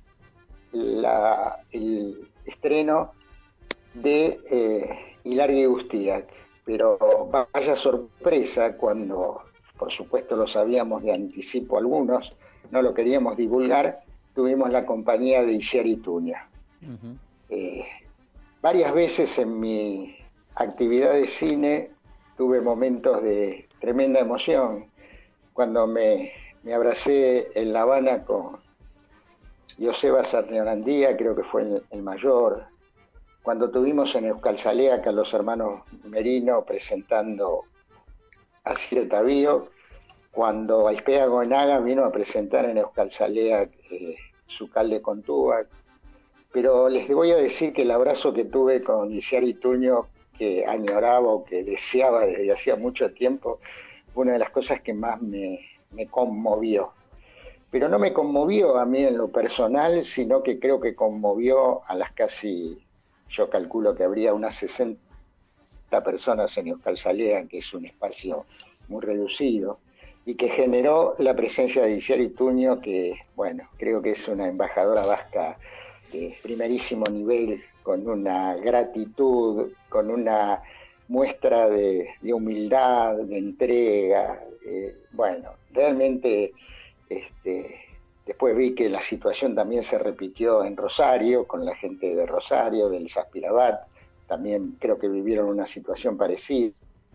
la, el estreno de eh, Hilaria Gustiak, pero vaya sorpresa cuando, por supuesto lo sabíamos de anticipo algunos, no lo queríamos divulgar, tuvimos la compañía de Isiar Ituña. Uh-huh. Eh, varias veces en mi actividad de cine tuve momentos de tremenda emoción, cuando me, me abracé en La Habana con Joseba Sarneorandía, creo que fue el, el mayor, cuando tuvimos en Euskaltzaleak a los hermanos Merino presentando a Cire Tavío, cuando Aispea Goenaga vino a presentar en Euskaltzaleak eh, su Calde Kontúak. Pero les voy a decir que el abrazo que tuve con Isiar Ituño, que añoraba o que deseaba desde hacía mucho tiempo, fue una de las cosas que más me, me conmovió. Pero no me conmovió a mí en lo personal, sino que creo que conmovió a las casi... Yo calculo que habría unas sesenta personas en Euskaltzaleak, que es un espacio muy reducido, y que generó la presencia de Isiar Ituño, que, bueno, creo que es una embajadora vasca de primerísimo nivel, con una gratitud, con una muestra de, de humildad, de entrega. Eh, bueno, realmente... Este, Después vi que la situación también se repitió en Rosario, con la gente de Rosario, del Saspirabat, también creo que vivieron una situación parecida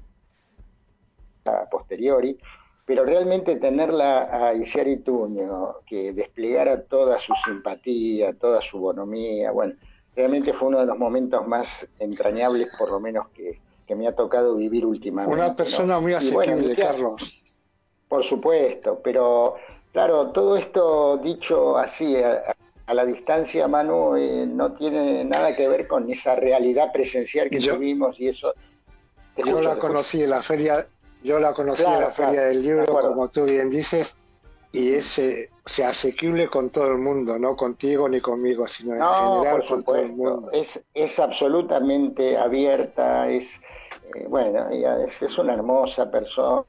a posteriori, pero realmente tenerla a Isiar Ituño, que desplegara toda su simpatía, toda su bonomía, bueno, realmente fue uno de los momentos más entrañables, por lo menos que, que me ha tocado vivir últimamente. Una persona, ¿no?, muy asequible, bueno, Carlos. Por supuesto, pero... Claro, todo esto dicho así a, a la distancia, Manu, eh, no tiene nada que ver con esa realidad presencial que yo, tuvimos y eso. Te yo escucho, la conocí en la feria, yo la conocí claro, en la claro, feria del libro, como tú bien dices, y es, eh, o sea, asequible con todo el mundo, no contigo ni conmigo, sino en no, general por con supuesto, todo el mundo. Es, es absolutamente abierta, es, eh, bueno, ella es, es una hermosa persona.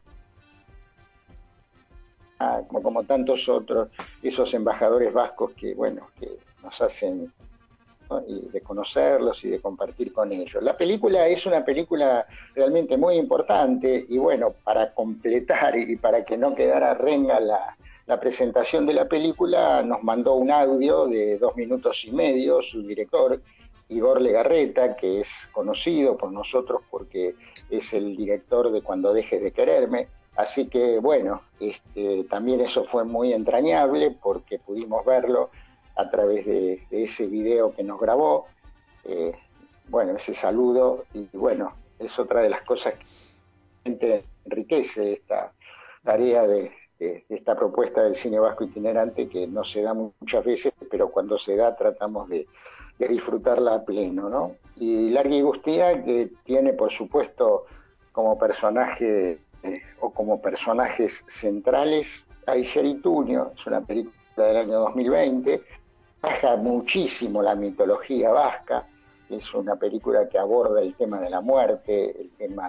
Como, como tantos otros, esos embajadores vascos que, bueno, que nos hacen, ¿no?, y de conocerlos y de compartir con ellos. La película es una película realmente muy importante y, bueno, para completar y para que no quedara renga la, la presentación de la película, nos mandó un audio de dos minutos y medio su director, Igor Legarreta, que es conocido por nosotros porque es el director de Cuando dejes de quererme. Así que bueno, este, también eso fue muy entrañable porque pudimos verlo a través de, de ese video que nos grabó. Eh, bueno, ese saludo, y bueno, es otra de las cosas que enriquece esta tarea de, de, de esta propuesta del cine vasco itinerante, que no se da muchas veces, pero cuando se da tratamos de, de disfrutarla a pleno, ¿no? Y Largui Gustia, que tiene por supuesto como personaje eh, o como personajes centrales a Ixer y Tuño. Es una película del año dos mil veinte, baja muchísimo la mitología vasca. Es una película que aborda el tema de la muerte, el tema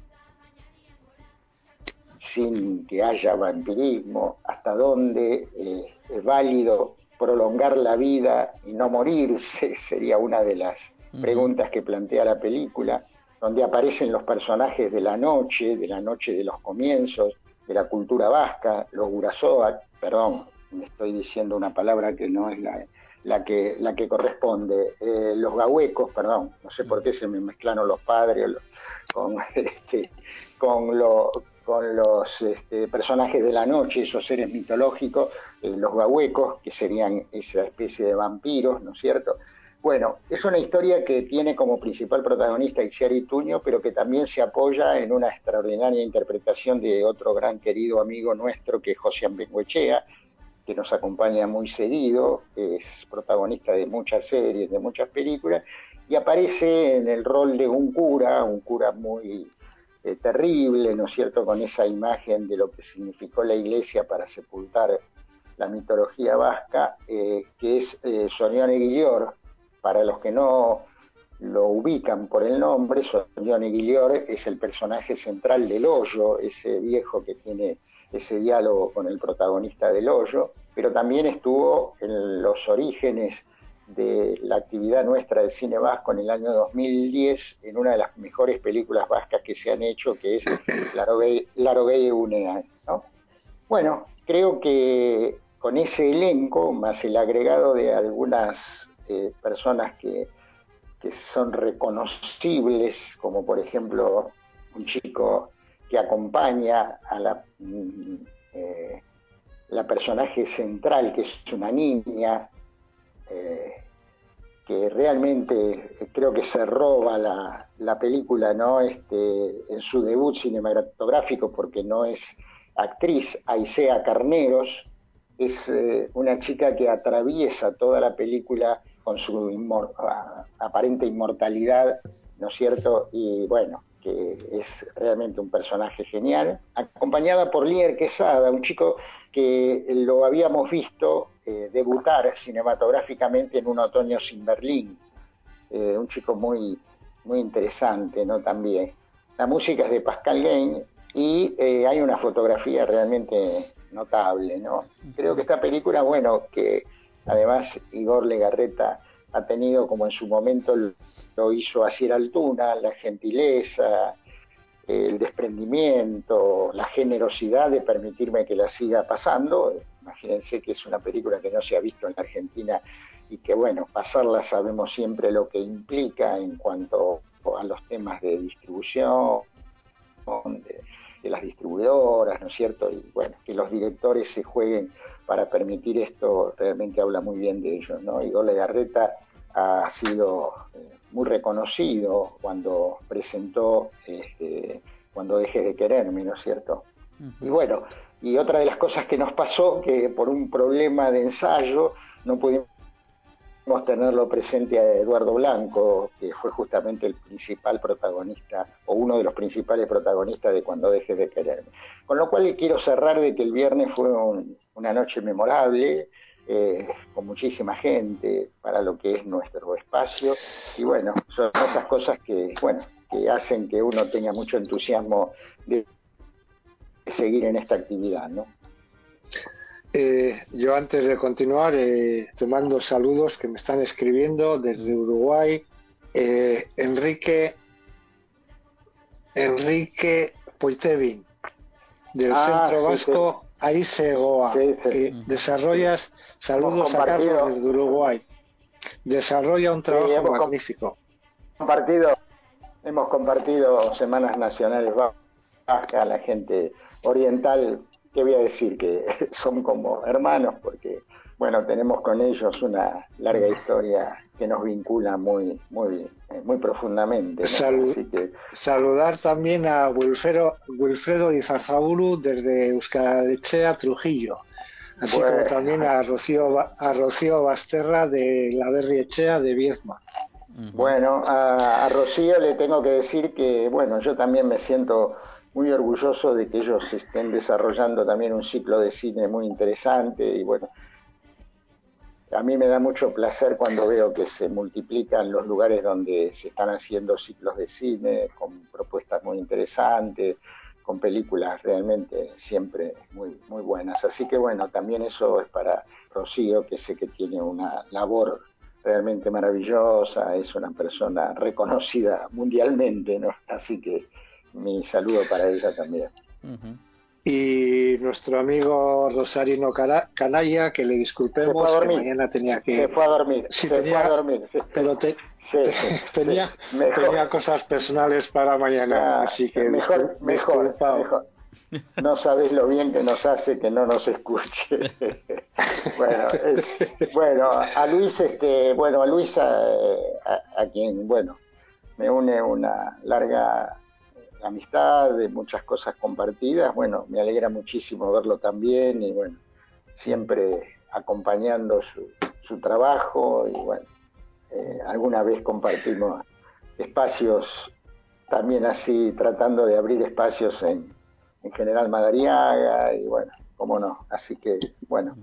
sin que haya vampirismo, hasta dónde eh, es válido prolongar la vida y no morirse, sería una de las preguntas que plantea la película, donde aparecen los personajes de la noche, de la noche de los comienzos, de la cultura vasca, los Urasoa, perdón, me estoy diciendo una palabra que no es la, la, que, la que corresponde, eh, los gahuecos, perdón, no sé por qué se me mezclaron los padres los, con, este, con, lo, con los este, personajes de la noche, esos seres mitológicos, eh, los gahuecos, que serían esa especie de vampiros, ¿no es cierto? Bueno, es una historia que tiene como principal protagonista Ixer y Tuño, pero que también se apoya en una extraordinaria interpretación de otro gran querido amigo nuestro, que es Josian Bengoechea, que nos acompaña muy seguido, es protagonista de muchas series, de muchas películas, y aparece en el rol de un cura, un cura muy eh, terrible, ¿no es cierto?, con esa imagen de lo que significó la Iglesia para sepultar la mitología vasca, eh, que es eh, Sorione Guillor. Para los que no lo ubican por el nombre, Sorione Guillor es el personaje central del Hoyo, ese viejo que tiene ese diálogo con el protagonista del Hoyo, pero también estuvo en los orígenes de la actividad nuestra del cine vasco en el año dos mil diez, en una de las mejores películas vascas que se han hecho, que es Laroguey Unea, ¿no? Bueno, creo que con ese elenco, más el agregado de algunas eh, personas que, que son reconocibles, como por ejemplo un chico que acompaña a la, eh, la personaje central, que es una niña, eh, que realmente creo que se roba la, la película, ¿no? Este, en su debut cinematográfico, porque no es actriz, Aisea Carneros, es eh, una chica que atraviesa toda la película con su inmor aparente inmortalidad, ¿no es cierto? Y bueno, que es realmente un personaje genial, acompañada por Lier Quesada, un chico que lo habíamos visto eh, debutar cinematográficamente en Un otoño sin Berlín, eh, un chico muy, muy interesante, ¿no? También. La música es de Pascal Gain y eh, hay una fotografía realmente notable, ¿no? Creo que esta película, bueno, que además Igor Legarreta ha tenido, como en su momento lo hizo Asier Altuna, la gentileza, el desprendimiento, la generosidad de permitirme que la siga pasando. Imagínense que es una película que no se ha visto en la Argentina y que, bueno, pasarla sabemos siempre lo que implica en cuanto a los temas de distribución, de, de las distribuidoras, ¿no es cierto? Y bueno, que los directores se jueguen para permitir esto realmente habla muy bien de ellos, ¿no? Igor Legarreta ha sido eh, muy reconocido cuando presentó este, Cuando dejes de quererme, ¿no es cierto? Uh-huh. Y bueno, y otra de las cosas que nos pasó, que por un problema de ensayo no pudimos tenerlo presente a Eduardo Blanco, que fue justamente el principal protagonista, o uno de los principales protagonistas de Cuando dejes de quererme. Con lo cual quiero cerrar de que el viernes fue un, una noche memorable, eh, con muchísima gente, para lo que es nuestro espacio, y bueno, son esas cosas que, bueno, que hacen que uno tenga mucho entusiasmo de seguir en esta actividad, ¿no? Eh, yo antes de continuar eh, te mando saludos que me están escribiendo desde Uruguay. eh, Enrique Enrique Poitevin del ah, Centro Vasco sí, sí. Aisegoa, sí, sí. que uh-huh. desarrollas saludos a Carlos desde Uruguay. desarrolla un trabajo sí, hemos magnífico. Compartido, hemos compartido Semanas Nacionales Vascas, la gente oriental, que voy a decir que son como hermanos, porque bueno, tenemos con ellos una larga historia que nos vincula muy, muy, muy profundamente, ¿no? Salud, Así que saludar también a Wilfredo, Wilfredo Izarzaburu desde Euskal-Etxea, Trujillo, así bueno, como también a Rocío, a Rocío Basterra de la Berriechea de Viedma. Bueno, a, a Rocío le tengo que decir que, bueno, yo también me siento muy orgulloso de que ellos estén desarrollando también un ciclo de cine muy interesante y bueno, a mí me da mucho placer cuando veo que se multiplican los lugares donde se están haciendo ciclos de cine con propuestas muy interesantes, con películas realmente siempre muy, muy buenas. Así que bueno, también eso es para Rocío, que sé que tiene una labor realmente maravillosa, es una persona reconocida mundialmente, ¿no? Así que mi saludo para ella también. Uh-huh. Y nuestro amigo Rosarino Canalla, que le disculpemos, que mañana tenía que... Se fue a dormir, sí, se tenía, fue a dormir. Sí. Pero te, sí, te, sí, tenía, sí. Mejor, tenía cosas personales para mañana, ah, así que mejor, discul, mejor, disculpado. mejor. No sabes lo bien que nos hace que no nos escuche. bueno, es, bueno, a Luis, este, bueno, a Luis, a, a, a quien, bueno, me une una larga amistad, de muchas cosas compartidas, bueno, me alegra muchísimo verlo también y bueno, siempre acompañando su, su trabajo y bueno, eh, alguna vez compartimos espacios también así, tratando de abrir espacios en, en General Madariaga y bueno, cómo no, así que bueno.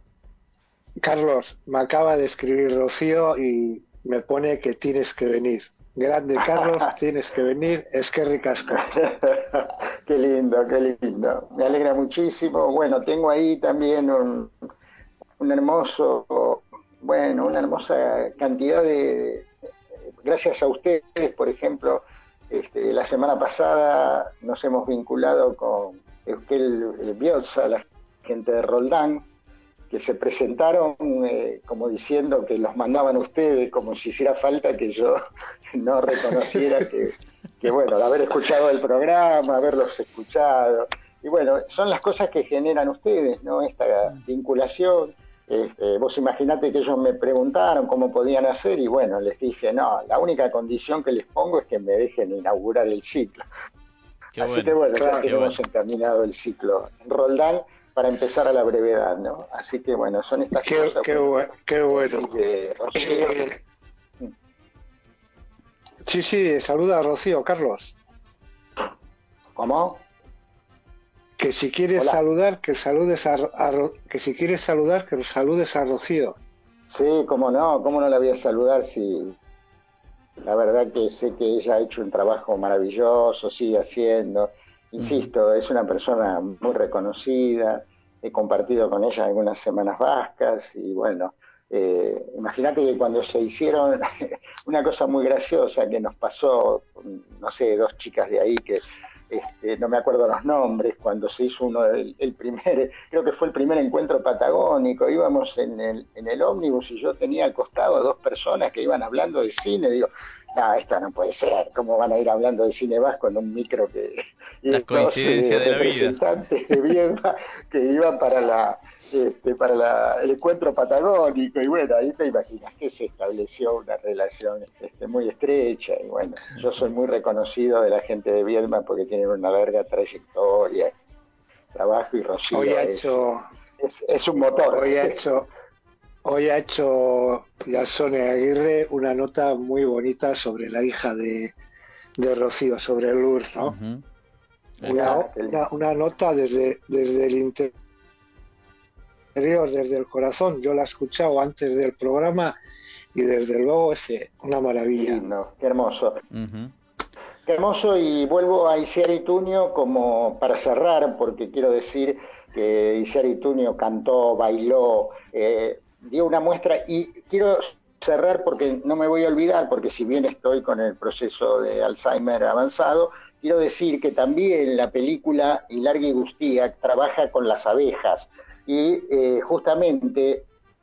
Carlos, me acaba de escribir Rocío y me pone que tienes que venir. Grande Carlos, tienes que venir, es que ricasco. Qué lindo, qué lindo. Me alegra muchísimo. Bueno, tengo ahí también un, un hermoso, bueno, una hermosa cantidad de, gracias a ustedes, por ejemplo, este, la semana pasada nos hemos vinculado con Euskel Bielsa, la gente de Roldán, que se presentaron eh, como diciendo que los mandaban ustedes, como si hiciera falta que yo no reconociera que, que, bueno, de haber escuchado el programa, haberlos escuchado, y bueno, son las cosas que generan ustedes, ¿no? Esta vinculación. Este, vos imaginate que ellos me preguntaron cómo podían hacer, y bueno, les dije, no, la única condición que les pongo es que me dejen inaugurar el ciclo. Qué Así bueno, que bueno, claro, ya tenemos bueno. encaminado el ciclo en Roldán, para empezar a la brevedad, ¿no? Así que bueno, son estas qué, cosas. Qué bueno. Qué bueno. Así que, Rocío... eh, sí, sí, saluda a Rocío, Carlos. ¿Cómo? Que si quieres Hola. saludar, que saludes a, a que si quieres saludar, que saludes a Rocío. Sí, cómo no, cómo no la voy a saludar si la verdad que sé que ella ha hecho un trabajo maravilloso, sigue haciendo. Insisto, uh-huh. es una persona muy reconocida, he compartido con ella algunas semanas vascas y bueno, eh, imagínate que cuando se hicieron una cosa muy graciosa que nos pasó, no sé, dos chicas de ahí que este, no me acuerdo los nombres, cuando se hizo uno el, el primer, creo que fue el primer encuentro patagónico, íbamos en el, en el ómnibus y yo tenía al costado a dos personas que iban hablando de cine, digo, no, esto no puede ser, ¿cómo van a ir hablando de cine vasco en un micro que... La coincidencia dos, de eh, la representantes vida. de Viedma que iban para la este, para la, el encuentro patagónico y bueno, ahí te imaginas que se estableció una relación este, muy estrecha y bueno, yo soy muy reconocido de la gente de Viedma porque tienen una larga trayectoria, trabajo y Rocío hoy ha es, hecho, es, es un motor. Hoy ha hecho... Hoy ha hecho Yasone Aguirre una nota muy bonita sobre la hija de, de Rocío, sobre Lourdes, ¿no? Uh-huh. Una, una, una nota desde, desde el interior, desde el corazón. Yo la he escuchado antes del programa y desde luego es una maravilla. Qué lindo, qué hermoso. Uh-huh. Qué hermoso, y vuelvo a Isiar Ituño como para cerrar, porque quiero decir que Isiar Ituño cantó, bailó, eh, dio una muestra, y quiero cerrar porque no me voy a olvidar, porque si bien estoy con el proceso de Alzheimer avanzado, quiero decir que también la película Ilargi Guztiak trabaja con las abejas, y eh, justamente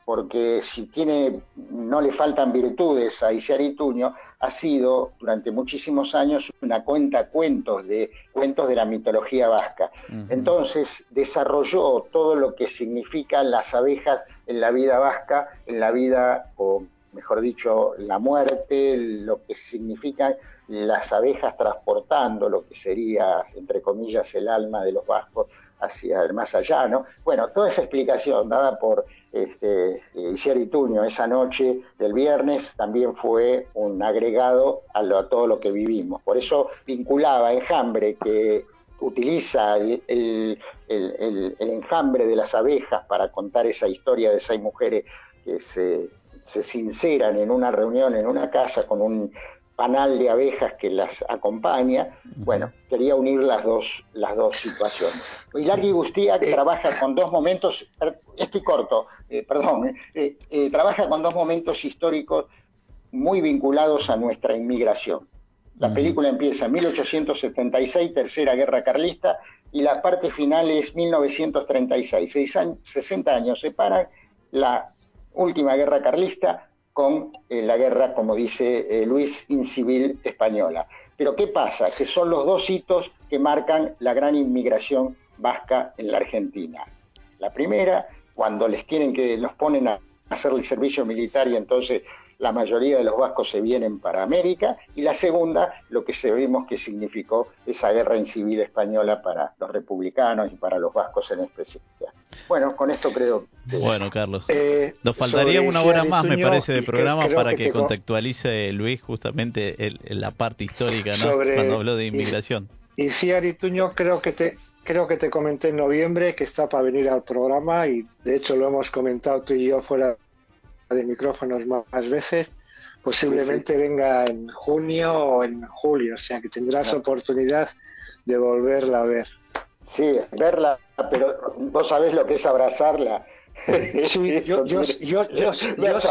porque si tiene, no le faltan virtudes a Iciar Ituño, ha sido durante muchísimos años una cuentacuentos de cuentos de la mitología vasca. Uh-huh. Entonces desarrolló todo lo que significan las abejas en la vida vasca, en la vida, o mejor dicho, la muerte, lo que significan las abejas transportando lo que sería, entre comillas, el alma de los vascos hacia el más allá, ¿no? Bueno, toda esa explicación dada por este, Iciar Ituño esa noche del viernes también fue un agregado a, lo, a todo lo que vivimos. Por eso vinculaba Enjambre, que utiliza el, el, el, el, el enjambre de las abejas para contar esa historia de seis mujeres que se, se sinceran en una reunión, en una casa, con un panal de abejas que las acompaña. Bueno, quería unir las dos, las dos situaciones. Ilargi Guztiak eh, trabaja con dos momentos, estoy corto, eh, perdón, eh, eh, trabaja con dos momentos históricos muy vinculados a nuestra inmigración. La uh-huh. película empieza en mil ochocientos setenta y seis, Tercera Guerra Carlista, y la parte final es mil novecientos treinta y seis. Seis años, sesenta años separan la última guerra carlista con eh, la guerra, como dice eh, Luis, incivil española. Pero ¿qué pasa? Que son los dos hitos que marcan la gran inmigración vasca en la Argentina. La primera, cuando les tienen que, los ponen a hacer el servicio militar y entonces la mayoría de los vascos se vienen para América, y la segunda, lo que sabemos que significó esa guerra incivil española para los republicanos y para los vascos en especial. Bueno, con esto creo que... Bueno, Carlos, eh, nos faltaría una hora más, me parece, de programa que, para que, que que contextualice Luis justamente el, la parte histórica, ¿no? Sobre, cuando habló de inmigración. Y, y Iciar Ituño, creo que te creo que te comenté en noviembre que está para venir al programa, y de hecho lo hemos comentado tú y yo fuera de micrófonos más, más veces. Posiblemente sí, sí. venga en junio o en julio, o sea que tendrás no. oportunidad de volverla a ver. Sí, verla, pero vos sabés lo que es abrazarla. Sí, yo, yo, yo, yo, yo, sí, yo,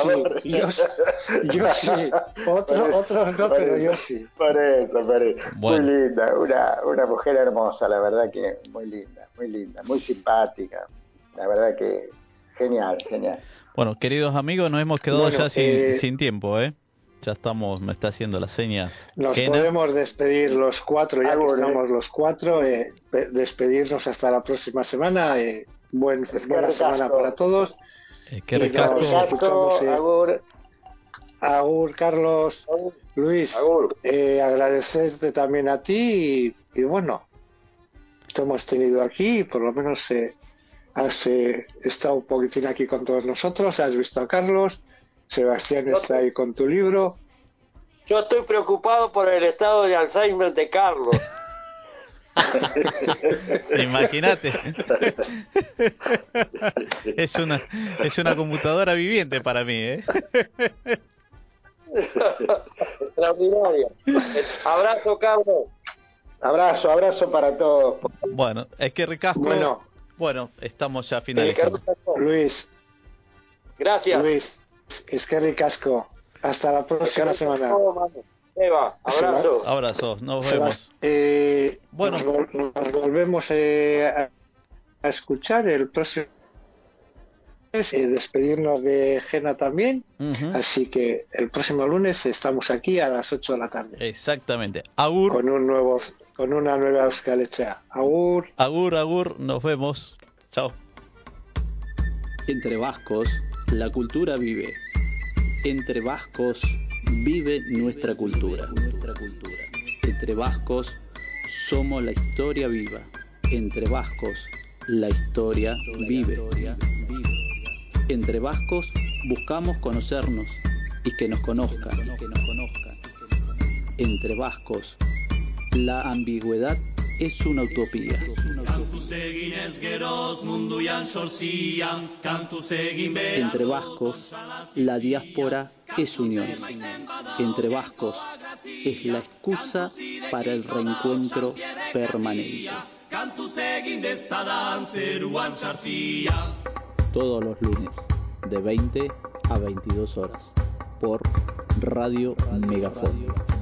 yo sí, Otro, otros no, pero yo sí. Por eso, por eso. Bueno. Muy linda, una, una mujer hermosa, la verdad que muy linda, muy linda, muy simpática, la verdad que genial, genial. Bueno, queridos amigos, nos hemos quedado bueno, ya sin, eh, sin tiempo, ¿eh? Ya estamos, me está haciendo las señas. Nos Gena. podemos despedir los cuatro, ya ah, que bueno, estamos eh. los cuatro, eh, despedirnos hasta la próxima semana. Eh, buen, buena recasco. semana para todos. Eh, qué recasco. Nos escuchamos. Eh. Agur. Agur, Carlos. Agur. Luis, Agur. Eh, agradecerte también a ti y, y bueno, te hemos tenido aquí, por lo menos eh, has eh, estado un poquitín aquí con todos nosotros, has visto a Carlos. Sebastián yo está ahí con tu libro. Yo estoy preocupado por el estado de Alzheimer de Carlos. Imagínate. Es una es una computadora viviente para mí, ¿eh? Extraordinario. Abrazo, Carlos. Abrazo, abrazo para todos. Bueno, es que recasco. Bueno, bueno, estamos ya finalizando. Luis. Gracias. Luis. Es que ricasco. Hasta la próxima semana. Eva, abrazo. Abrazo, nos vemos. Eh, bueno, nos, vol- nos volvemos eh, a, a escuchar el próximo lunes, eh, despedirnos de Gena también. Uh-huh. Así que el próximo lunes estamos aquí a las ocho de la tarde. Exactamente. Agur. Con un nuevo, con una nueva Euskal Etxea. Agur. Agur, agur, nos vemos. Chao. Entre vascos, la cultura vive. Entre vascos vive nuestra cultura. Entre vascos somos la historia viva. Entre vascos la historia vive. Entre vascos buscamos conocernos y que nos conozcan. Entre vascos la ambigüedad es una utopía. Entre vascos, la diáspora es unión. Entre vascos es la excusa para el reencuentro permanente. Todos los lunes, de veinte a veintidós horas, por Radio Megafón.